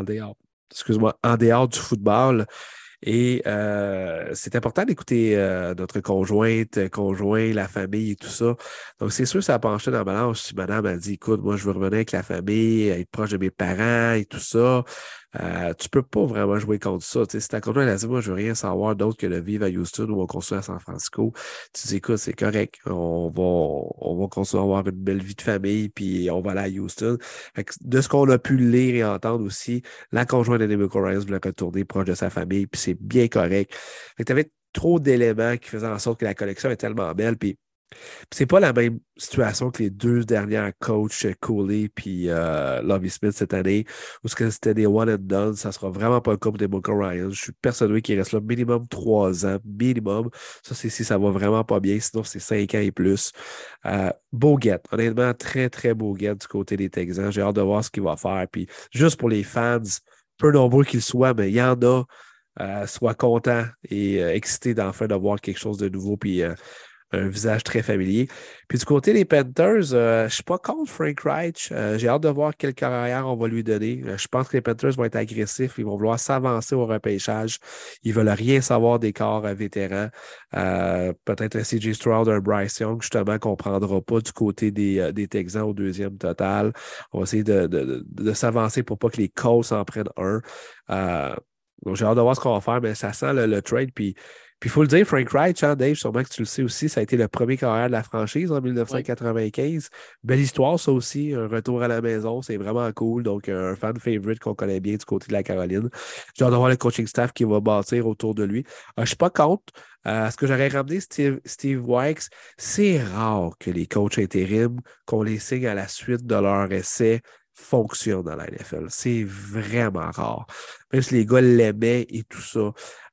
en dehors du football. Et c'est important d'écouter notre conjoint, la famille et tout ça. Donc, c'est sûr, ça a penché dans la balance. Si madame a dit, écoute, moi, je veux revenir avec la famille, être proche de mes parents et tout ça, tu peux pas vraiment jouer contre ça. T'sais, si ta conjointe a dit, moi, je veux rien savoir d'autre que de vivre à Houston ou on construit à San Francisco, tu dis, écoute, c'est correct. On va continuer à avoir une belle vie de famille, puis on va aller à Houston. Fait que de ce qu'on a pu lire et entendre aussi, la conjointe de DeMeco Ryans voulait retourner proche de sa famille, puis c'est bien correct. Fait que tu avais trop d'éléments qui faisaient en sorte que la collection est tellement belle, puis c'est pas la même situation que les deux dernières coachs, Cooley puis Lovie Smith cette année, où c'était des one and done. Ça sera vraiment pas le cas pour DeMeco Ryans. Je suis persuadé qu'il reste là minimum 3 ans, minimum. Ça, c'est si ça va vraiment pas bien. Sinon, c'est 5 ans et plus. Beau get. Honnêtement, très, très beau get du côté des Texans. J'ai hâte de voir ce qu'il va faire. Puis juste pour les fans, peu nombreux qu'ils soient, mais il y en a, soient contents et excités d'enfin de voir quelque chose de nouveau. Puis un visage très familier. Puis du côté des Panthers, je ne suis pas contre Frank Reich. J'ai hâte de voir quelle carrière on va lui donner. Je pense que les Panthers vont être agressifs. Ils vont vouloir s'avancer au repêchage. Ils ne veulent rien savoir des corps vétérans. Peut-être un CJ Stroud, un Bryce Young, justement, qu'on ne prendra pas du côté des Texans au deuxième total. On va essayer de s'avancer pour pas que les Colts en prennent un. Donc, j'ai hâte de voir ce qu'on va faire, mais ça sent le trade. Puis il faut le dire, Frank Reich, hein, Dave, sûrement que tu le sais aussi, ça a été le premier carrière de la franchise en 1995. Oui. Belle histoire, ça aussi, un retour à la maison, c'est vraiment cool. Donc, un fan favorite qu'on connaît bien du côté de la Caroline. J'ai hâte de voir le coaching staff qui va bâtir autour de lui. Je ne suis pas contre. Ce que j'aurais ramené Steve Wilkes, c'est rare que les coachs intérim, qu'on les signe à la suite de leur essai, fonctionnent dans la NFL. C'est vraiment rare. Même si les gars l'aimaient et tout ça.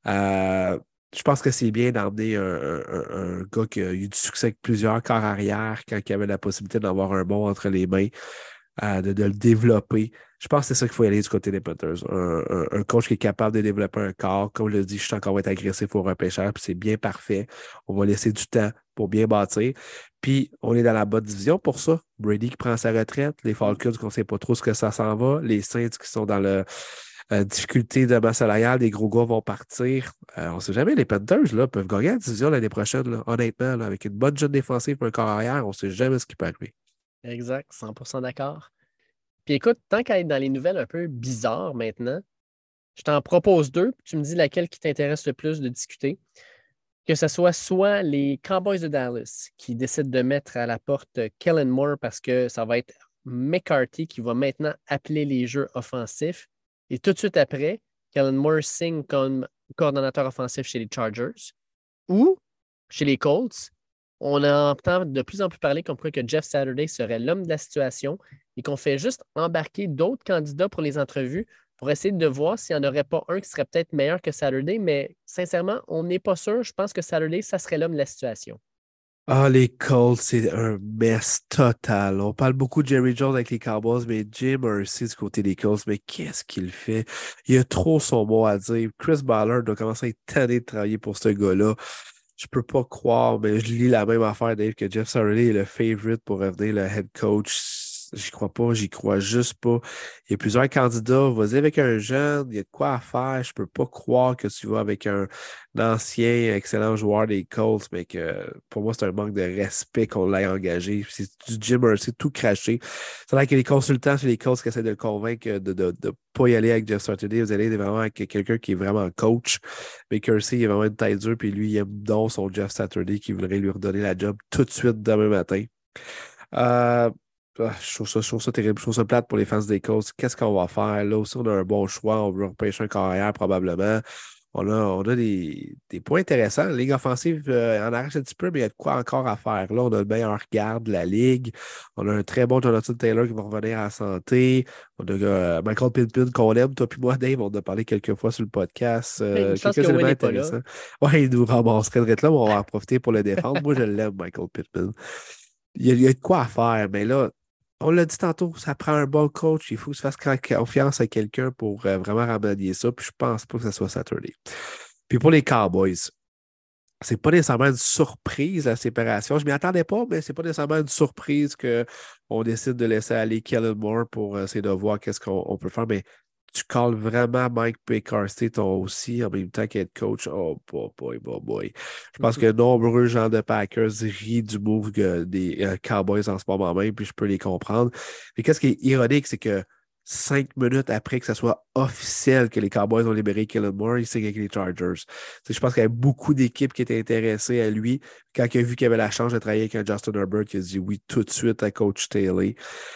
Je pense que c'est bien d'emmener un gars qui a eu du succès avec plusieurs corps arrière quand il avait la possibilité d'avoir un bon entre les mains, de le développer. Je pense que c'est ça qu'il faut y aller du côté des Panthers. Un coach qui est capable de développer un corps. Comme je le dit, je suis encore être agressif au repêchage, puis c'est bien parfait. On va laisser du temps pour bien bâtir. Puis, on est dans la bonne division pour ça. Brady qui prend sa retraite, les Falcons qu'on ne sait pas trop ce que ça s'en va, les Saints qui sont dans le difficulté de masse salariale, des gros gars vont partir. On ne sait jamais, les Panthers là, peuvent gagner la division l'année prochaine, là, honnêtement, là, avec une bonne jeune défensive et un corps arrière, on ne sait jamais ce qui peut arriver. Exact, 100% d'accord. Puis écoute, tant qu'à être dans les nouvelles un peu bizarres maintenant, je t'en propose deux, puis tu me dis laquelle qui t'intéresse le plus de discuter. Que ce soit les Cowboys de Dallas qui décident de mettre à la porte Kellen Moore parce que ça va être McCarthy qui va maintenant appeler les jeux offensifs. Et tout de suite après, Kellen Moore signe comme coordonnateur offensif chez les Chargers. Ou chez les Colts, on entend de plus en plus parler comme quoi que Jeff Saturday serait l'homme de la situation et qu'on fait juste embarquer d'autres candidats pour les entrevues pour essayer de voir s'il n'y en aurait pas un qui serait peut-être meilleur que Saturday. Mais sincèrement, on n'est pas sûr. Je pense que Saturday, ça serait l'homme de la situation. Ah, les Colts, c'est un mess total. On parle beaucoup de Jerry Jones avec les Cowboys, mais Jim Irsay du côté des Colts, mais qu'est-ce qu'il fait? Il a trop son mot à dire. Chris Ballard doit commencer à être tanné de travailler pour ce gars-là. Je peux pas croire, mais je lis la même affaire, Dave, que Jeff Saturday est le favorite pour revenir le head coach. J'y crois pas, j'y crois juste pas. Il y a plusieurs candidats. Vas-y avec un jeune, il y a de quoi à faire. Je peux pas croire que tu vas avec un ancien excellent joueur des Colts, mais que pour moi, c'est un manque de respect qu'on l'ait engagé. C'est du Jim Irsay tout craché. C'est vrai que les consultants chez les Colts qui essaient de le convaincre de pas y aller avec Jeff Saturday. Vous allez vraiment avec quelqu'un qui est vraiment coach. Mais Irsay, il est vraiment une taille dure, puis lui, il aime donc son Jeff Saturday qui voudrait lui redonner la job tout de suite demain matin. Je trouve ça terrible. Je trouve ça plate pour les fans des Colts. Qu'est-ce qu'on va faire? Là aussi, on a un bon choix. On veut repêcher un carrière probablement. On a des points intéressants. La ligue offensive en arrache un petit peu, mais il y a de quoi encore à faire. Là, on a le meilleur garde de la ligue. On a un très bon Jonathan Taylor qui va revenir à la santé. On a Michael Pittman qu'on aime. Toi puis moi, Dave, on a parlé quelques fois sur le podcast. Je pense Quelques que Will éléments n'est pas là. intéressants. Ouais, il nous ramasserait de là, mais on va en profiter pour le défendre. Moi, je l'aime, Michael Pittman. Il y a de quoi à faire, mais là, on l'a dit tantôt, ça prend un bon coach. Il faut que tu fasses confiance à quelqu'un pour vraiment remedier ça. Puis je pense pas que ce soit Saturday. Puis pour les Cowboys, c'est pas nécessairement une surprise la séparation. Je m'y attendais pas, mais c'est pas nécessairement une surprise qu'on décide de laisser aller Kellen Moore pour essayer de voir qu'est-ce qu'on peut faire. Mais tu calls vraiment Mike McCarthy toi aussi en même temps qu'être coach. Oh boy, boy, boy. Je pense que nombreux gens de Packers rient du move des Cowboys en ce moment même, puis je peux les comprendre. Mais qu'est-ce qui est ironique, c'est que 5 minutes après que ce soit officiel que les Cowboys ont libéré Kellen Moore, il signe avec les Chargers. Je pense qu'il y avait beaucoup d'équipes qui étaient intéressées à lui. Quand il a vu qu'il avait la chance de travailler avec un Justin Herbert, il a dit oui tout de suite à Coach Staley.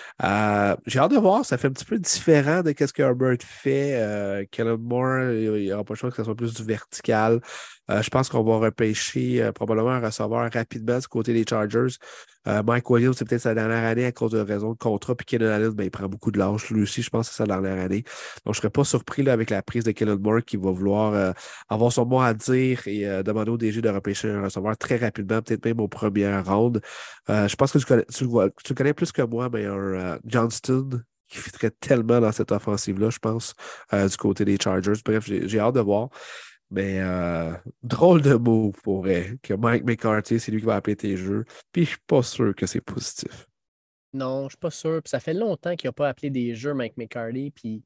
J'ai hâte de voir, ça fait un petit peu différent de ce que Herbert fait. Kellen Moore, il n'y aura pas le choix que ce soit plus du vertical. Je pense qu'on va repêcher probablement un receveur rapidement du côté des Chargers. Mike Williams, c'est peut-être sa dernière année à cause de raison de contrat. Puis Keenan Allen, il prend beaucoup de l'âge. Lui aussi, je pense que c'est sa dernière année. Donc, je ne serais pas surpris là, avec la prise de Kellen Moore qui va vouloir avoir son mot à dire et demander au DG de repêcher un receveur très rapidement, peut-être même au premier round. Je pense que tu le connais plus que moi, mais un Johnston qui fitterait tellement dans cette offensive-là, je pense, du côté des Chargers. Bref, j'ai hâte de voir. Mais drôle de move pour que Mike McCarthy, c'est lui qui va appeler tes jeux. Puis je suis pas sûr que c'est positif. Non, je suis pas sûr. Puis ça fait longtemps qu'il n'a pas appelé des jeux, Mike McCarthy. Puis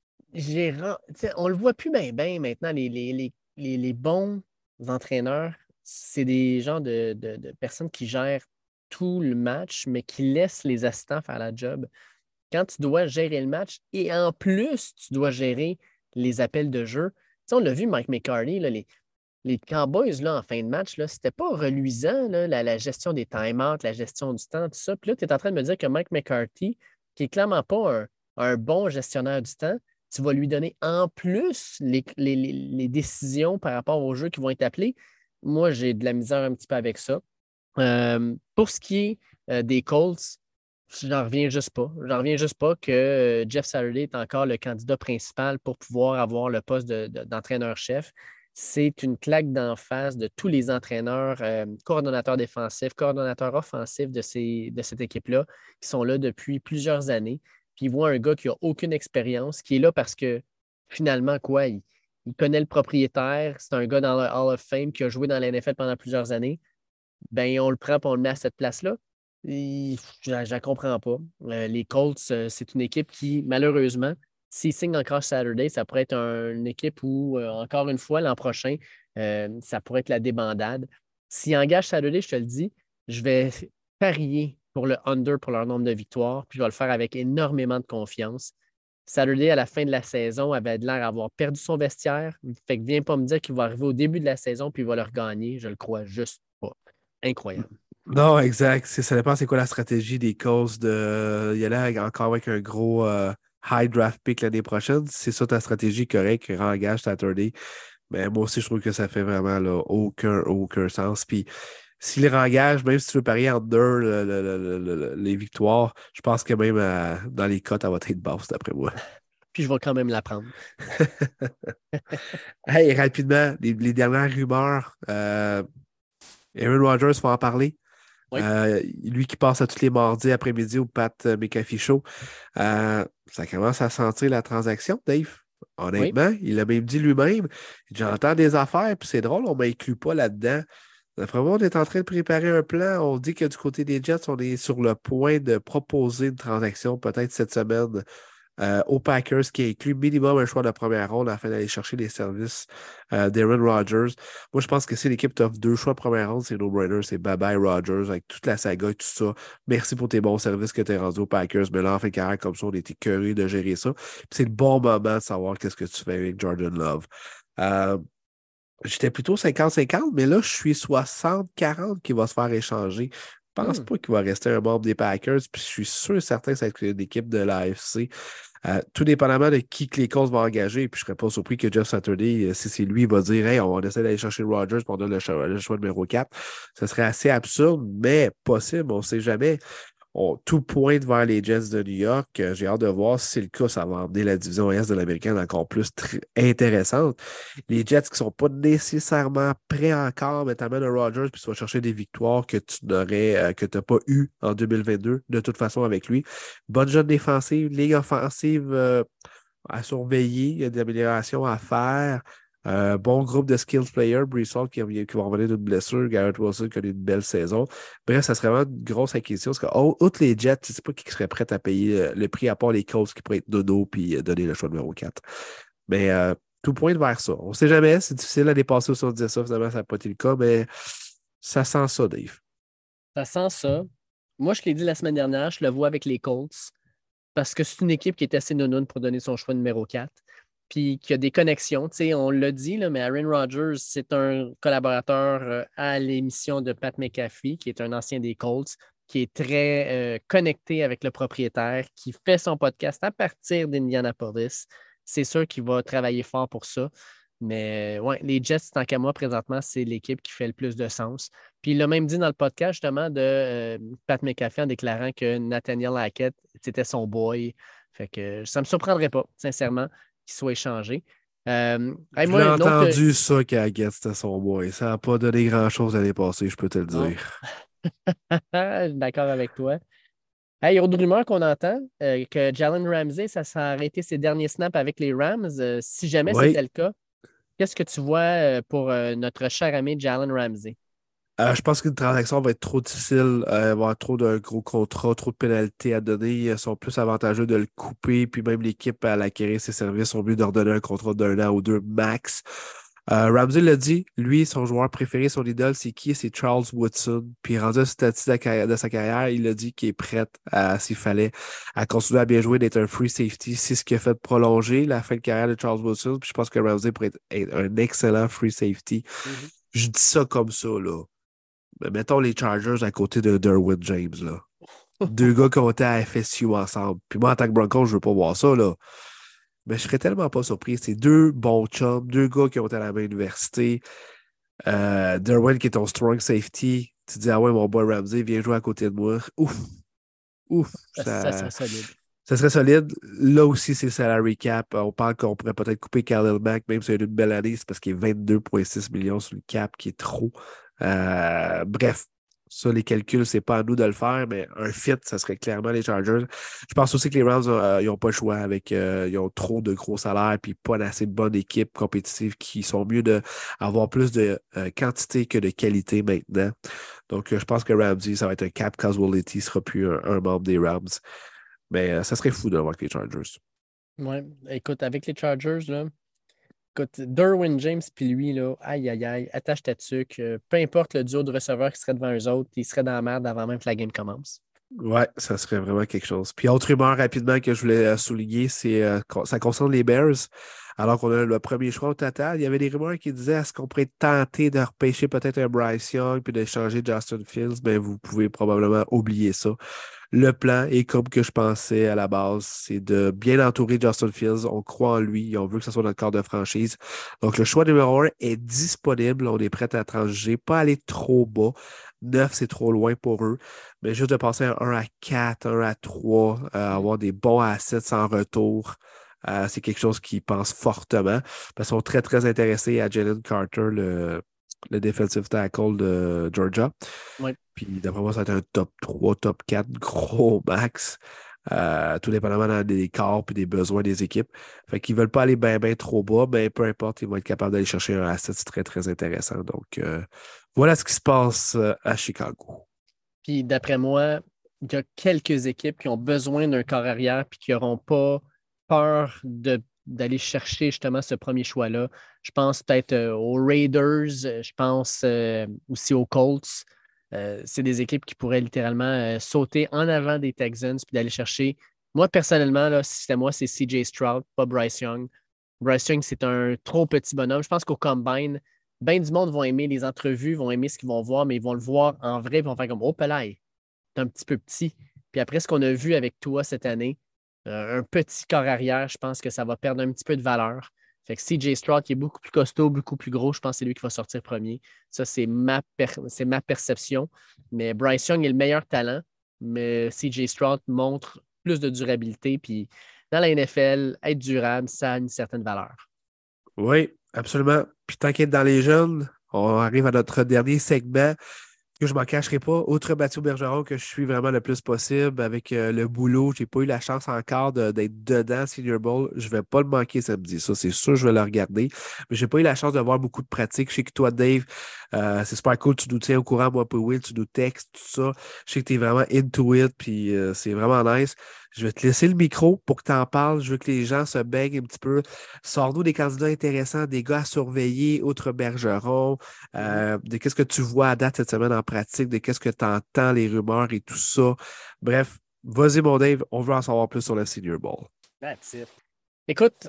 on le voit plus bien maintenant. Les bons entraîneurs, c'est des gens de personnes qui gèrent tout le match, mais qui laissent les assistants faire la job. Quand tu dois gérer le match et en plus, tu dois gérer les appels de jeu. On l'a vu, Mike McCarthy, là, les Cowboys là, en fin de match, là, c'était pas reluisant, là, la gestion des time-outs, la gestion du temps, tout ça. Puis là, tu es en train de me dire que Mike McCarthy, qui est clairement pas un bon gestionnaire du temps, tu vas lui donner en plus les décisions par rapport aux jeux qui vont être appelés. Moi, j'ai de la misère un petit peu avec ça. Pour ce qui est des Colts, j'en reviens juste pas. J'en reviens juste pas que Jeff Saturday est encore le candidat principal pour pouvoir avoir le poste d'entraîneur-chef. C'est une claque d'en face de tous les entraîneurs, coordonnateurs défensifs, coordonnateurs offensifs de cette équipe-là, qui sont là depuis plusieurs années. Puis ils voient un gars qui n'a aucune expérience, qui est là parce que finalement, quoi, il connaît le propriétaire, c'est un gars dans le Hall of Fame qui a joué dans la NFL pendant plusieurs années. Ben, on le prend et on le met à cette place-là. Je ne la comprends pas. Les Colts, c'est une équipe qui, malheureusement, s'ils signent encore Saturday, ça pourrait être une équipe où, encore une fois, l'an prochain, ça pourrait être la débandade. S'ils engagent Saturday, je te le dis, je vais parier pour le under pour leur nombre de victoires, puis je vais le faire avec énormément de confiance. Saturday, à la fin de la saison, avait l'air d'avoir perdu son vestiaire. Fait que viens pas me dire qu'il va arriver au début de la saison puis il va le regagner. Je le crois juste pas. Incroyable. Non, exact. Ça dépend c'est quoi la stratégie des Colts de y aller encore avec un gros high draft pick l'année prochaine. C'est ça ta stratégie correcte, engage Saturday. Mais moi aussi, je trouve que ça fait vraiment là, aucun sens. Puis s'il rengage, même si tu veux parier en deux les victoires, je pense que même dans les cotes, elle va être basse d'après moi. Puis je vais quand même la prendre. Hey, rapidement, les dernières rumeurs. Aaron Rodgers, il faut en parler. Oui. Lui qui passe à tous les mardis après-midi au Pat McAfee Show. Ça commence à sentir la transaction, Dave. Honnêtement, il l'a même dit lui-même. J'entends des affaires, puis c'est drôle, on ne m'inclut pas là-dedans. D'après moi, on est en train de préparer un plan. On dit que du côté des Jets, on est sur le point de proposer une transaction peut-être cette semaine aux Packers qui inclut minimum un choix de première ronde afin d'aller chercher les services d'Aaron Rodgers. Moi, je pense que si l'équipe t'offre 2 choix de première ronde, c'est no-brainer, c'est bye-bye Rodgers avec toute la saga et tout ça. Merci pour tes bons services que tu as rendus aux Packers. Mais là, en fin de carrière comme ça, on était curieux de gérer ça. Puis c'est le bon moment de savoir qu'est-ce que tu fais avec Jordan Love. Euh, J'étais plutôt 50-50, mais là, je suis 60-40 qui va se faire échanger. Je pense pas qu'il va rester un membre des Packers, puis je suis sûr et certain que ça va être une équipe de l'AFC. Tout dépendamment de qui que les Colts vont engager, puis je ne serais pas surpris que Jeff Saturday, si c'est lui, il va dire hey, on va essayer d'aller chercher Rodgers pour donner le choix numéro 4. Ce serait assez absurde, mais possible, on ne sait jamais. Tout pointe vers les Jets de New York. J'ai hâte de voir si c'est le cas. Ça va emmener la division Est de l'Américaine encore plus intéressante. Les Jets qui ne sont pas nécessairement prêts encore, mais tu amènes un Rodgers puis tu vas chercher des victoires que tu n'as pas eues en 2022, de toute façon avec lui. Bonne jeune défensive, ligne offensive à surveiller. Il y a des améliorations à faire. Bon groupe de skills players, Brees Hall qui va revenir d'une blessure, Garrett Wilson qui a eu une belle saison. Bref, ça serait vraiment une grosse acquisition parce que, outre les Jets, je ne sais pas qui serait prêt à payer le prix à part les Colts qui pourraient être dodo puis donner le choix numéro 4. Mais tout pointe vers ça. On ne sait jamais, c'est difficile à dépasser si on disait ça, finalement, ça n'a pas été le cas, mais ça sent ça, Dave. Ça sent ça. Moi, je l'ai dit la semaine dernière, je le vois avec les Colts parce que c'est une équipe qui est assez nounoune pour donner son choix numéro 4. Puis qui a des connexions. Tu sais, on l'a dit, là, mais Aaron Rodgers, c'est un collaborateur à l'émission de Pat McAfee, qui est un ancien des Colts, qui est très connecté avec le propriétaire, qui fait son podcast à partir d'Indianapolis. C'est sûr qu'il va travailler fort pour ça. Mais ouais, les Jets, tant qu'à moi, présentement, c'est l'équipe qui fait le plus de sens. Puis il l'a même dit dans le podcast, justement, de Pat McAfee en déclarant que Nathaniel Hackett, c'était son boy. Fait que ça ne me surprendrait pas, sincèrement, qu'il soit échangé. J'ai entendu ça qu'Hackett, c'était son boy. Ça n'a pas donné grand-chose l'année passée, je peux te le dire. Je suis d'accord avec toi. Hey, il y a autre rumeur qu'on entend que Jalen Ramsey, ça s'est arrêté ses derniers snaps avec les Rams. Si jamais c'était le cas, qu'est-ce que tu vois pour notre cher ami Jalen Ramsey? Je pense qu'une transaction va être trop difficile. Il va y avoir trop de gros contrats, trop de pénalités à donner. Ils sont plus avantageux de le couper, puis même l'équipe à l'acquérir ses services ont mieux de redonner un contrat d'1 an ou 2 max. Ramsey l'a dit, lui, son joueur préféré, son idole, c'est qui? C'est Charles Woodson. Puis rendu à ce statut de sa carrière, il a dit qu'il est prêt, s'il fallait, à continuer à bien jouer, d'être un free safety. C'est ce qui a fait prolonger la fin de carrière de Charles Woodson. Puis je pense que Ramsey pourrait être un excellent free safety. Mm-hmm. Je dis ça comme ça, là. Mais mettons les Chargers à côté de Derwin James, là. 2 gars qui ont été à FSU ensemble. Puis moi, en tant que Broncos, je veux pas voir ça, là. Mais je serais tellement pas surpris. C'est 2 bons chums, 2 gars qui ont été à la même université. Derwin qui est ton strong safety. Tu dis, ah ouais, mon boy Ramsey, viens jouer à côté de moi. Ouf. Ça serait solide. Ça serait solide. Là aussi, c'est le salary cap. On parle qu'on pourrait peut-être couper Khalil Mack, même si c'est une belle année, c'est parce qu'il y a 22,6 millions sur le cap, qui est trop. Bref, ça, les calculs, c'est pas à nous de le faire, mais un fit, ça serait clairement les Chargers. Je pense aussi que les Rams, ils n'ont pas le choix ils ont trop de gros salaires puis pas assez de bonnes équipes compétitives qui sont mieux d'avoir plus de quantité que de qualité maintenant. Donc, je pense que Ramsey, ça va être un cap casualty, ne sera plus un membre des Rams. Mais ça serait fou de voir avec les Chargers. Oui, écoute, avec les Chargers, là, écoute, Derwin James puis lui, là, aïe, attache ta tuque. Peu importe le duo de receveurs qui serait devant eux autres, ils seraient dans la merde avant même que la game commence. Ouais, ça serait vraiment quelque chose. Puis autre rumeur rapidement que je voulais souligner, ça concerne les Bears. Alors qu'on a le premier choix au total, il y avait des rumeurs qui disaient est-ce qu'on pourrait tenter de repêcher peut-être un Bryce Young puis d'échanger Justin Fields? Ben, vous pouvez probablement oublier ça. Le plan est comme que je pensais à la base, c'est de bien entourer Justin Fields. On croit en lui, on veut que ce soit notre corps de franchise. Donc, le choix numéro 1 est disponible. On est prêt à transiger, pas aller trop bas. 9, c'est trop loin pour eux. Mais juste de passer à 1 à 4, 1 à 3, avoir des bons assets en retour. C'est quelque chose qu'ils pensent fortement. Parce qu'ils sont très, très intéressés à Jalen Carter, le defensive tackle de Georgia. Ouais. Puis d'après moi, ça va être un top 3, top 4, gros max. Tout dépendamment des corps et des besoins des équipes. Fait qu'ils ne veulent pas aller bien trop bas, mais peu importe, ils vont être capables d'aller chercher un asset très, très intéressant. Donc, Voilà ce qui se passe à Chicago. Puis d'après moi, il y a quelques équipes qui ont besoin d'un corps arrière puis qui n'auront pas peur d'aller chercher justement ce premier choix-là. Je pense peut-être aux Raiders, je pense aussi aux Colts. C'est des équipes qui pourraient littéralement sauter en avant des Texans puis d'aller chercher. Moi, personnellement, là, si c'était moi, c'est CJ Stroud, pas Bryce Young. Bryce Young, c'est un trop petit bonhomme. Je pense qu'au Combine, bien du monde vont aimer les entrevues, vont aimer ce qu'ils vont voir, mais ils vont le voir en vrai, ils vont faire comme oh, pelaille, c'est un petit peu petit. Puis après ce qu'on a vu avec toi cette année, un petit corps arrière, je pense que ça va perdre un petit peu de valeur. Fait que CJ Stroud, qui est beaucoup plus costaud, beaucoup plus gros, je pense que c'est lui qui va sortir premier. Ça, c'est ma perception. Mais Bryce Young est le meilleur talent, mais CJ Stroud montre plus de durabilité. Puis dans la NFL, être durable, ça a une certaine valeur. Oui, absolument. Puis t'inquiète dans les jeunes, on arrive à notre dernier segment. Que je ne m'en cacherai pas, outre Mathieu Bergeron, que je suis vraiment le plus possible avec le boulot. Je n'ai pas eu la chance encore d'être dedans Senior Bowl. Je ne vais pas le manquer samedi. Ça, c'est sûr, je vais le regarder. Mais je n'ai pas eu la chance de voir beaucoup de pratiques. Je sais que toi, Dave, c'est super cool. Tu nous tiens au courant, moi, pour Will, tu nous textes, tout ça. Je sais que tu es vraiment into it, puis c'est vraiment nice. Je vais te laisser le micro pour que tu en parles. Je veux que les gens se baignent un petit peu. Sors-nous des candidats intéressants, des gars à surveiller, outre Bergeron, de qu'est-ce que tu vois à date cette semaine en pratique, de qu'est-ce que tu entends, les rumeurs et tout ça. Bref, vas-y, mon Dave, on veut en savoir plus sur le Senior Bowl. That's it. Écoute,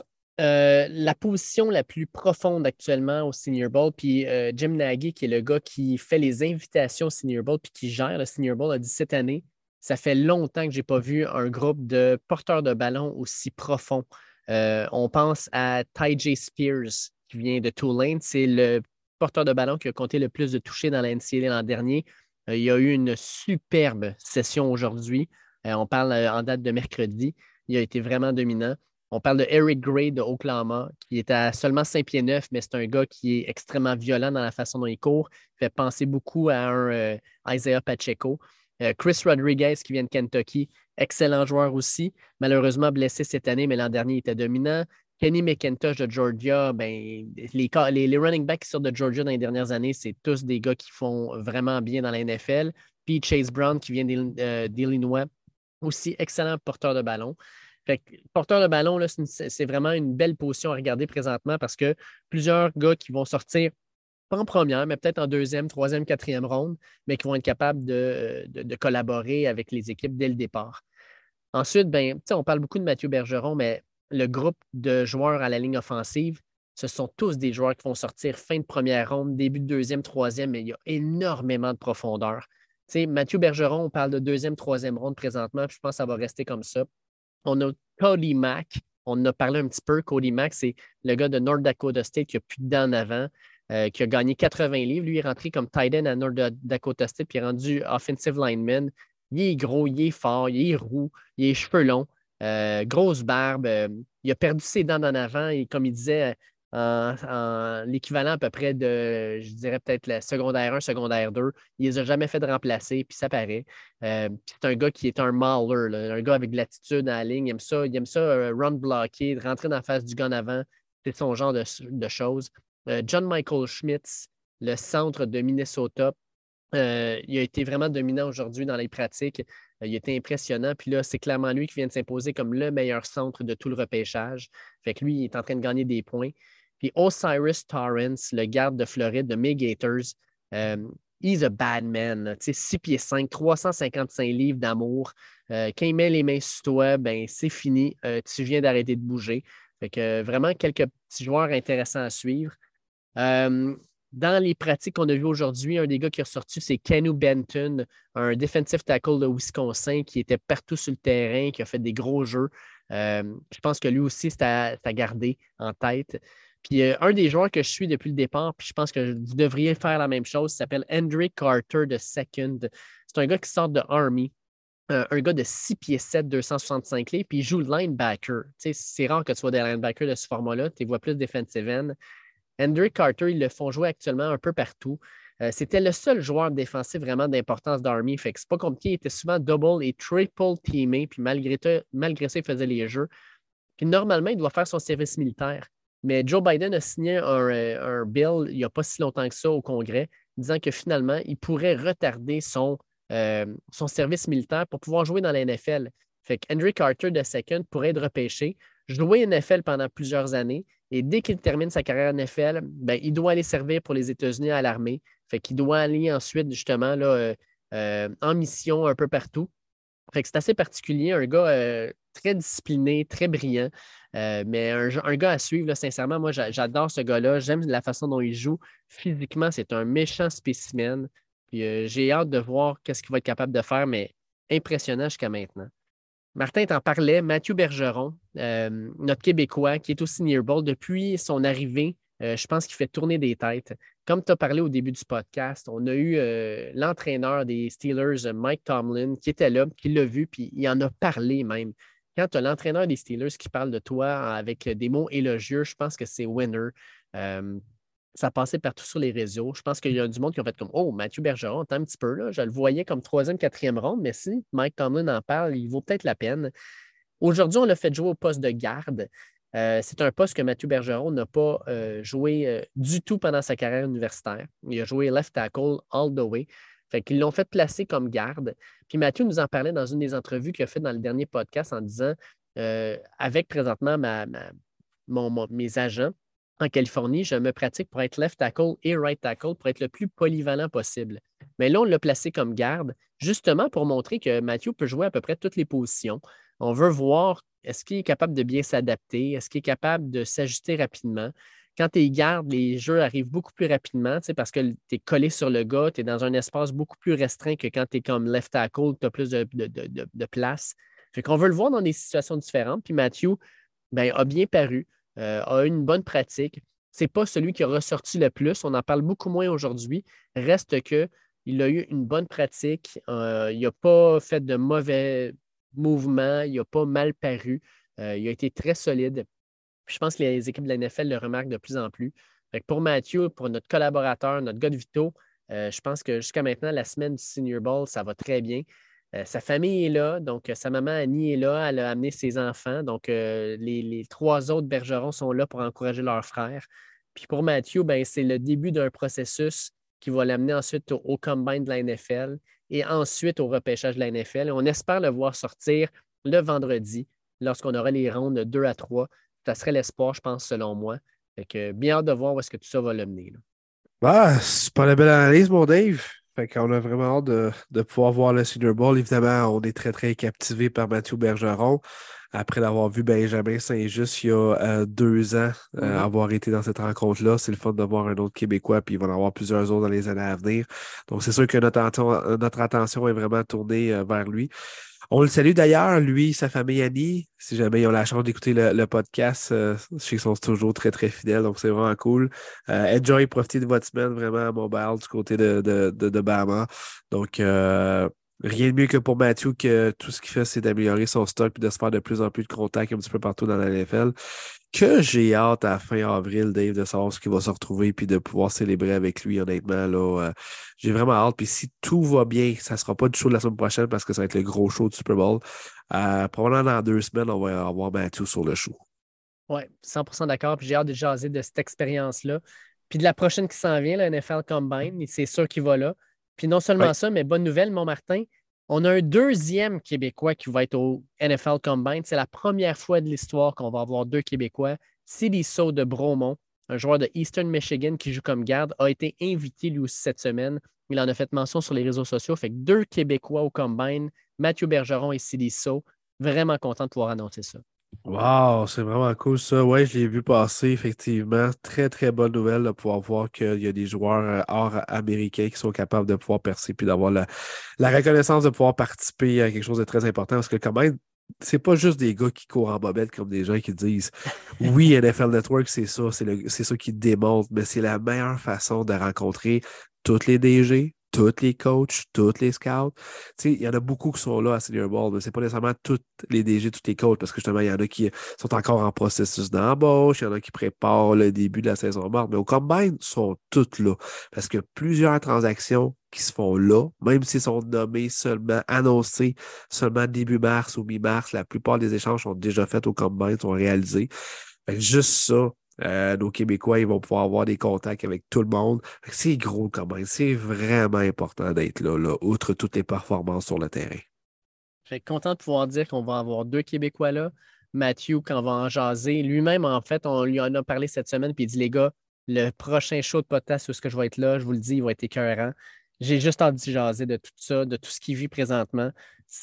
la position la plus profonde actuellement au Senior Bowl, puis Jim Nagy, qui est le gars qui fait les invitations au Senior Bowl puis qui gère le Senior Bowl, a dit cette année, ça fait longtemps que je n'ai pas vu un groupe de porteurs de ballon aussi profond. On pense à Ty J. Spears, qui vient de Tulane. C'est le porteur de ballon qui a compté le plus de touchés dans la NCAA l'an dernier. Il y a eu une superbe session aujourd'hui. On parle en date de mercredi. Il a été vraiment dominant. On parle de Eric Gray de Oklahoma, qui est à seulement 5 pieds 9, mais c'est un gars qui est extrêmement violent dans la façon dont il court. Il fait penser beaucoup à un Isaiah Pacheco. Chris Rodriguez, qui vient de Kentucky, excellent joueur aussi. Malheureusement blessé cette année, mais l'an dernier, il était dominant. Kenny McIntosh de Georgia, ben, les running backs qui sortent de Georgia dans les dernières années, c'est tous des gars qui font vraiment bien dans la NFL. Puis Chase Brown, qui vient d'Illinois, aussi excellent porteur de ballon. Fait que, porteur de ballon, là, c'est vraiment une belle position à regarder présentement parce que plusieurs gars qui vont sortir, pas en première, mais peut-être en deuxième, troisième, quatrième ronde, mais qui vont être capables de collaborer avec les équipes dès le départ. Ensuite, ben, on parle beaucoup de Mathieu Bergeron, mais le groupe de joueurs à la ligne offensive, ce sont tous des joueurs qui vont sortir fin de première ronde, début de deuxième, troisième, mais il y a énormément de profondeur. Mathieu Bergeron, on parle de deuxième, troisième ronde présentement, puis je pense que ça va rester comme ça. On a Cody Mack, on en a parlé un petit peu. Cody Mack, c'est le gars de North Dakota State qui a plus de dents en avant, qui a gagné 80 livres. Lui, il est rentré comme tight end à North Dakota State, puis il est rendu offensive lineman. Il est gros, il est fort, il est roux, il a cheveux longs, grosse barbe. Il a perdu ses dents en avant et comme il disait, en l'équivalent à peu près de, je dirais peut-être la secondaire 1, secondaire 2, il les a jamais fait de remplacer, puis ça paraît. C'est un gars qui est un mauler, là, un gars avec de l'attitude à la ligne. Il aime ça run bloquer, rentrer dans la face du gars en avant. C'est son genre de choses. John Michael Schmitz, le centre de Minnesota, il a été vraiment dominant aujourd'hui dans les pratiques. Il a été impressionnant. Puis là, c'est clairement lui qui vient de s'imposer comme le meilleur centre de tout le repêchage. Fait que lui, il est en train de gagner des points. Puis Osiris Torrance, le garde de Floride de May Gators, he's a bad man. 6 pieds 5, 355 livres d'amour. Quand il met les mains sur toi, ben, c'est fini. Tu viens d'arrêter de bouger. Fait que vraiment quelques petits joueurs intéressants à suivre. Dans les pratiques qu'on a vues aujourd'hui, un des gars qui est ressorti, c'est Kenu Benton, un defensive tackle de Wisconsin qui était partout sur le terrain, qui a fait des gros jeux. Je pense que lui aussi, c'est à garder en tête. Puis un des joueurs que je suis depuis le départ, puis je pense que vous devriez faire la même chose, s'appelle Hendrick Carter de Second. C'est un gars qui sort de Army. Un gars de 6 pieds 7, 265 livres, puis il joue linebacker. C'est rare que tu vois des linebackers de ce format-là. Tu vois plus defensive end. Hendrick Carter, ils le font jouer actuellement un peu partout. C'était le seul joueur défensif vraiment d'importance d'Army. Fait que c'est pas compliqué. Il était souvent double et triple teamé. Puis malgré ça, il faisait les jeux. Puis normalement, il doit faire son service militaire. Mais Joe Biden a signé un bill il n'y a pas si longtemps que ça au Congrès disant que finalement, il pourrait retarder son service militaire pour pouvoir jouer dans la NFL. Fait que Henry Carter II pourrait être repêché, jouer NFL pendant plusieurs années, et dès qu'il termine sa carrière NFL, ben, il doit aller servir pour les États-Unis à l'armée. Fait qu'il doit aller ensuite, justement, là, en mission un peu partout. Fait que c'est assez particulier, un gars très discipliné, très brillant, mais un gars à suivre, là, sincèrement, moi j'adore ce gars-là, j'aime la façon dont il joue. Physiquement, c'est un méchant spécimen. Puis, j'ai hâte de voir qu'est-ce qu'il va être capable de faire, mais impressionnant jusqu'à maintenant. Martin t'en parlait, Mathieu Bergeron, notre Québécois, qui est au Senior Bowl depuis son arrivée. Je pense qu'il fait tourner des têtes. Comme tu as parlé au début du podcast, on a eu l'entraîneur des Steelers, Mike Tomlin, qui était là, qui l'a vu, puis il en a parlé même. Quand tu as l'entraîneur des Steelers qui parle de toi avec des mots élogieux, je pense que c'est winner. Ça passait partout sur les réseaux. Je pense qu'il y a du monde qui a fait comme Oh, Mathieu Bergeron, attends un petit peu, là. Je le voyais comme troisième, quatrième ronde, mais si Mike Tomlin en parle, il vaut peut-être la peine. Aujourd'hui, on l'a fait jouer au poste de garde. C'est un poste que Mathieu Bergeron n'a pas joué du tout pendant sa carrière universitaire. Il a joué left tackle all the way. Fait qu'ils l'ont fait placer comme garde. Puis Mathieu nous en parlait dans une des entrevues qu'il a fait dans le dernier podcast en disant avec présentement mes agents en Californie, je me pratique pour être left tackle et right tackle pour être le plus polyvalent possible. Mais là, on l'a placé comme garde, justement pour montrer que Mathieu peut jouer à peu près toutes les positions. On veut voir est-ce qu'il est capable de bien s'adapter, est-ce qu'il est capable de s'ajuster rapidement. Quand tu es garde, les jeux arrivent beaucoup plus rapidement parce que tu es collé sur le gars, tu es dans un espace beaucoup plus restreint que quand tu es comme left tackle, tu as plus de place. Fait qu'on veut le voir dans des situations différentes. Puis Mathieu a bien paru. A eu une bonne pratique. Ce n'est pas celui qui a ressorti le plus. On en parle beaucoup moins aujourd'hui. Reste qu'il a eu une bonne pratique. Il n'a pas fait de mauvais mouvements. Il n'a pas mal paru. Il a été très solide. Puis je pense que les équipes de la NFL le remarquent de plus en plus. Fait que pour Mathieu, pour notre collaborateur, notre gars de Vito, je pense que jusqu'à maintenant, la semaine du Senior Bowl, ça va très bien. Sa famille est là, donc sa maman Annie est là, elle a amené ses enfants. Donc, les trois autres Bergerons sont là pour encourager leurs frères. Puis pour Mathieu, c'est le début d'un processus qui va l'amener ensuite au combine de la NFL et ensuite au repêchage de la NFL. Et on espère le voir sortir le vendredi lorsqu'on aura les rondes 2 à 3. Ça serait l'espoir, je pense, selon moi. Fait que bien hâte de voir où est-ce que tout ça va l'amener. C'est pas la belle analyse, mon Dave. Fait qu'on a vraiment hâte de pouvoir voir le Senior Bowl. Évidemment, on est très, très captivé par Mathieu Bergeron. Après d'avoir vu Benjamin Saint-Just il y a 2 ans, avoir été dans cette rencontre-là, c'est le fun de voir un autre Québécois, puis il va en avoir plusieurs autres dans les années à venir. Donc, c'est sûr que notre attention est vraiment tournée vers lui. On le salue d'ailleurs, lui, sa famille Annie. Si jamais ils ont la chance d'écouter le podcast, je sais qu'ils sont toujours très, très fidèles, donc c'est vraiment cool. Enjoy, profitez de votre semaine vraiment à Mobile du côté de Bahama. Donc, rien de mieux que pour Mathieu que tout ce qu'il fait, c'est d'améliorer son stock et de se faire de plus en plus de contacts un petit peu partout dans la NFL. Que j'ai hâte à fin avril, Dave, de savoir ce qu'il va se retrouver puis de pouvoir célébrer avec lui, honnêtement. Là, j'ai vraiment hâte. Puis si tout va bien, ça ne sera pas du show de la semaine prochaine parce que ça va être le gros show du Super Bowl. Probablement dans 2 semaines, on va avoir Mathieu sur le show. Oui, 100% d'accord. Puis j'ai hâte de jaser de cette expérience-là. Puis de la prochaine qui s'en vient, la NFL Combine, c'est sûr qu'il va là. Puis non seulement ça, mais bonne nouvelle, mon Martin, on a un deuxième Québécois qui va être au NFL Combine. C'est la première fois de l'histoire qu'on va avoir 2 Québécois. Sidy Sow de Bromont, un joueur de Eastern Michigan qui joue comme garde, a été invité lui aussi cette semaine. Il en a fait mention sur les réseaux sociaux. Fait que 2 Québécois au Combine, Mathieu Bergeron et Sidy Sow. Vraiment content de pouvoir annoncer ça. Wow, c'est vraiment cool ça. Ouais, je l'ai vu passer, effectivement. Très, très bonne nouvelle de pouvoir voir qu'il y a des joueurs hors américains qui sont capables de pouvoir percer puis d'avoir la reconnaissance de pouvoir participer à quelque chose de très important. Parce que quand même, c'est pas juste des gars qui courent en bobette comme des gens qui disent oui, NFL Network, c'est ça, c'est ça qui démontre, mais c'est la meilleure façon de rencontrer toutes les DG, tous les coachs, tous les scouts. Tu sais, il y en a beaucoup qui sont là à Senior Bowl, mais c'est pas nécessairement tous les DG, tous les coachs, parce que justement, il y en a qui sont encore en processus d'embauche, il y en a qui préparent le début de la saison morte, mais au Combine, ils sont tous là. Parce que plusieurs transactions qui se font là, même s'ils sont nommés seulement, annoncés seulement début mars ou mi-mars, la plupart des échanges sont déjà faits au Combine, sont réalisés. Fait que juste ça, Nos Québécois, ils vont pouvoir avoir des contacts avec tout le monde. Fait que c'est gros quand même. C'est vraiment important d'être là, outre toutes les performances sur le terrain. Je suis content de pouvoir dire qu'on va avoir 2 Québécois là. Matthew, quand on va en jaser, lui-même, en fait, on lui en a parlé cette semaine, puis il dit, les gars, le prochain show de podcast où ce que je vais être là, je vous le dis, il va être écœurant. J'ai juste envie de jaser de tout ça, de tout ce qu'il vit présentement.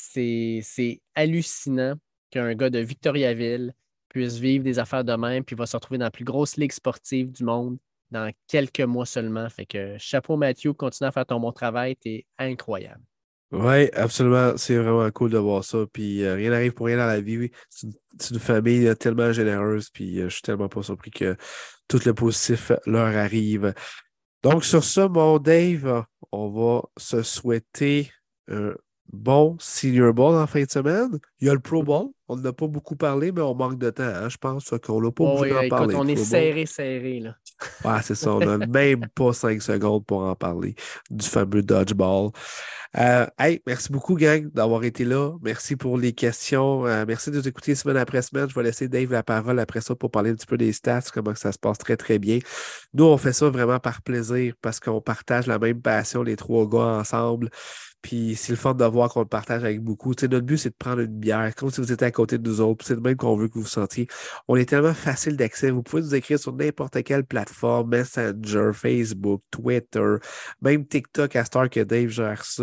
C'est hallucinant qu'un gars de Victoriaville puisse vivre des affaires de même, puis va se retrouver dans la plus grosse ligue sportive du monde dans quelques mois seulement. Fait que chapeau Matthew, continue à faire ton bon travail, t'es incroyable. Oui, absolument. C'est vraiment cool de voir ça. Puis rien n'arrive pour rien dans la vie. Oui. C'est une famille tellement généreuse. Puis je suis tellement pas surpris que tout le positif leur arrive. Donc, sur ça, mon Dave, on va se souhaiter un bon Senior Bowl en fin de semaine. Il y a le Pro Bowl. On n'en a pas beaucoup parlé, mais on manque de temps, hein, je pense qu'on n'a pas Oh, obligé oui, d'en écoute, parler, le on est Pro Bowl. serré, là. Ouais, c'est ça. On n'a même pas 5 secondes pour en parler du fameux dodgeball. Hey, merci beaucoup, gang, d'avoir été là. Merci pour les questions. Merci de nous écouter semaine après semaine. Je vais laisser Dave la parole après ça pour parler un petit peu des stats, comment que ça se passe très, très bien. Nous, on fait ça vraiment par plaisir parce qu'on partage la même passion, les 3 gars ensemble. Puis c'est le fun de voir qu'on le partage avec beaucoup. Tu sais, notre but, c'est de prendre une bière, comme si vous étiez à côté de nous autres. Puis c'est le même qu'on veut que vous vous sentiez. On est tellement facile d'accès. Vous pouvez nous écrire sur n'importe quelle plateforme, Messenger, Facebook, Twitter, même TikTok à Star que Dave gère ça.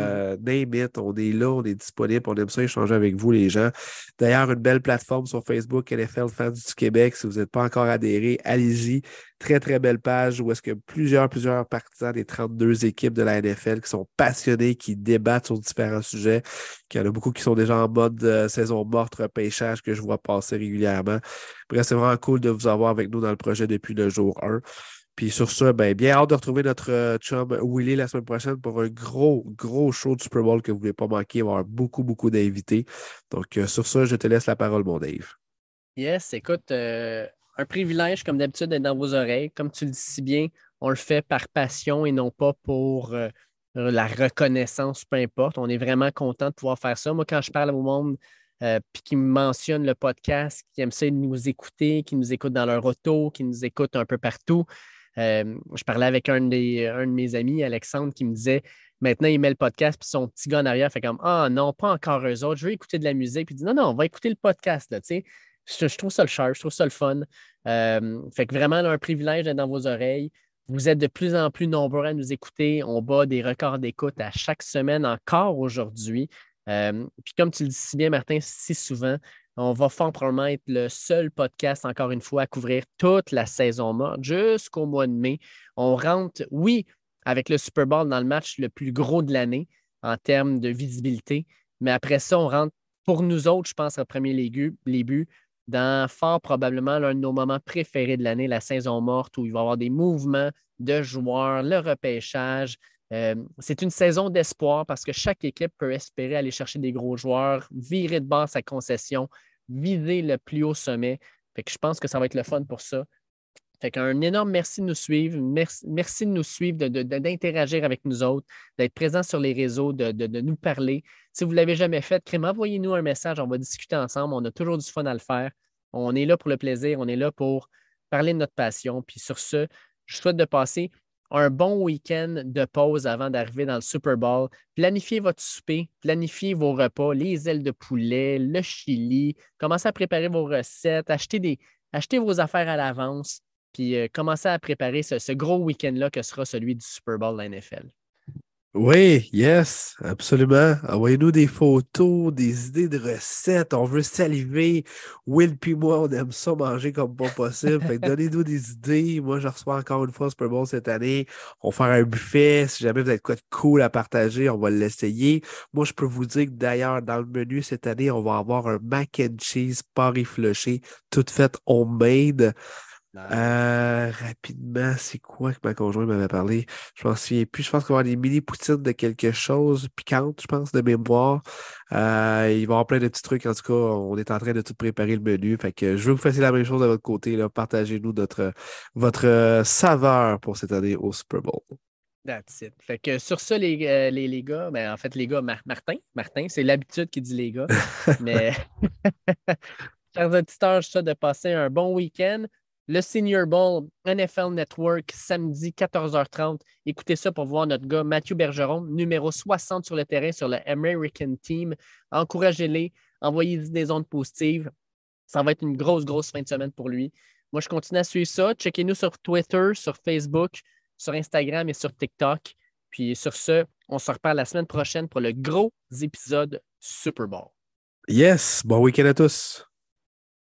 Name it, on est là, on est disponible. On aime ça échanger avec vous, les gens. D'ailleurs, une belle plateforme sur Facebook, NFL Fans du Québec. Si vous n'êtes pas encore adhéré, allez-y. Très, très belle page où est-ce que plusieurs partisans des 32 équipes de la NFL qui sont passionnés, qui débattent sur différents sujets, qu'il y en a beaucoup qui sont déjà en mode saison morte, repêchage que je vois passer régulièrement. Bref, c'est vraiment cool de vous avoir avec nous dans le projet depuis le jour 1. Puis sur ça, ben, bien hâte de retrouver notre chum Willy la semaine prochaine pour un gros, gros show du Super Bowl que vous ne voulez pas manquer. Il va y avoir beaucoup, beaucoup d'invités. Donc sur ça, je te laisse la parole, mon Dave. Yes, écoute, un privilège, comme d'habitude, d'être dans vos oreilles. Comme tu le dis si bien, on le fait par passion et non pas pour la reconnaissance, peu importe. On est vraiment content de pouvoir faire ça. Moi, quand je parle au monde puis qui me mentionne le podcast, qui aime ça nous écouter, qui nous écoute dans leur auto, qui nous écoute un peu partout, je parlais avec un de mes amis, Alexandre, qui me disait maintenant, il met le podcast, puis son petit gars en arrière fait comme ah non, pas encore eux autres, je veux écouter de la musique. Puis il dit non, non, on va écouter le podcast, là, tu sais. Je trouve ça le sharp, je trouve ça le fun. Fait que vraiment, là, un privilège d'être dans vos oreilles. Vous êtes de plus en plus nombreux à nous écouter. On bat des records d'écoute à chaque semaine, encore aujourd'hui. Puis comme tu le dis si bien, Martin, si souvent, on va fort probablement être le seul podcast, encore une fois, à couvrir toute la saison morte jusqu'au mois de mai. On rentre, oui, avec le Super Bowl dans le match le plus gros de l'année en termes de visibilité, mais après ça, on rentre, pour nous autres, je pense, au premier les buts, dans fort probablement l'un de nos moments préférés de l'année, la saison morte, où il va y avoir des mouvements de joueurs, le repêchage. C'est une saison d'espoir parce que chaque équipe peut espérer aller chercher des gros joueurs, virer de bord sa concession, viser le plus haut sommet. Fait que je pense que ça va être le fun pour ça. Fait qu'un énorme merci de nous suivre. Merci de nous suivre, d'interagir avec nous autres, d'être présent sur les réseaux, de nous parler. Si vous ne l'avez jamais fait, envoyez-nous un message. On va discuter ensemble. On a toujours du fun à le faire. On est là pour le plaisir. On est là pour parler de notre passion. Puis sur ce, je souhaite de passer un bon week-end de pause avant d'arriver dans le Super Bowl. Planifiez votre souper, planifiez vos repas, les ailes de poulet, le chili. Commencez à préparer vos recettes, achetez vos affaires à l'avance. Puis commencer à préparer ce gros week-end-là que sera celui du Super Bowl de la NFL. Oui, yes, absolument. Envoyez-nous des photos, des idées de recettes. On veut saliver. Will puis moi, on aime ça manger comme pas possible. Fait que donnez-nous des idées. Moi, je reçois encore une fois le Super Bowl cette année. On va faire un buffet. Si jamais vous avez quoi de cool à partager, on va l'essayer. Moi, je peux vous dire que d'ailleurs, dans le menu cette année, on va avoir un mac and cheese Paris flushé, tout fait homemade. Rapidement, c'est quoi que ma conjointe m'avait parlé? Je m'en souviens plus. Je pense qu'il va y avoir des mini poutines de quelque chose piquante, je pense, de mémoire. Il va y avoir plein de petits trucs. En tout cas, on est en train de tout préparer le menu. Fait que je veux que vous fassiez la même chose de votre côté, là. Partagez-nous votre saveur pour cette année au Super Bowl. That's it. Fait que sur ça, les gars, ben, en fait, les gars, Martin, c'est l'habitude qui dit les gars. Mais chers auditeurs, je souhaite de passer un bon week-end. Le Senior Bowl, NFL Network, samedi 14h30. Écoutez ça pour voir notre gars Mathieu Bergeron, numéro 60 sur le terrain sur le American Team. Encouragez-les, envoyez-y des ondes positives. Ça va être une grosse fin de semaine pour lui. Moi, je continue à suivre ça. Checkez-nous sur Twitter, sur Facebook, sur Instagram et sur TikTok. Puis sur ce, on se reparle la semaine prochaine pour le gros épisode Super Bowl. Yes, bon week-end à tous.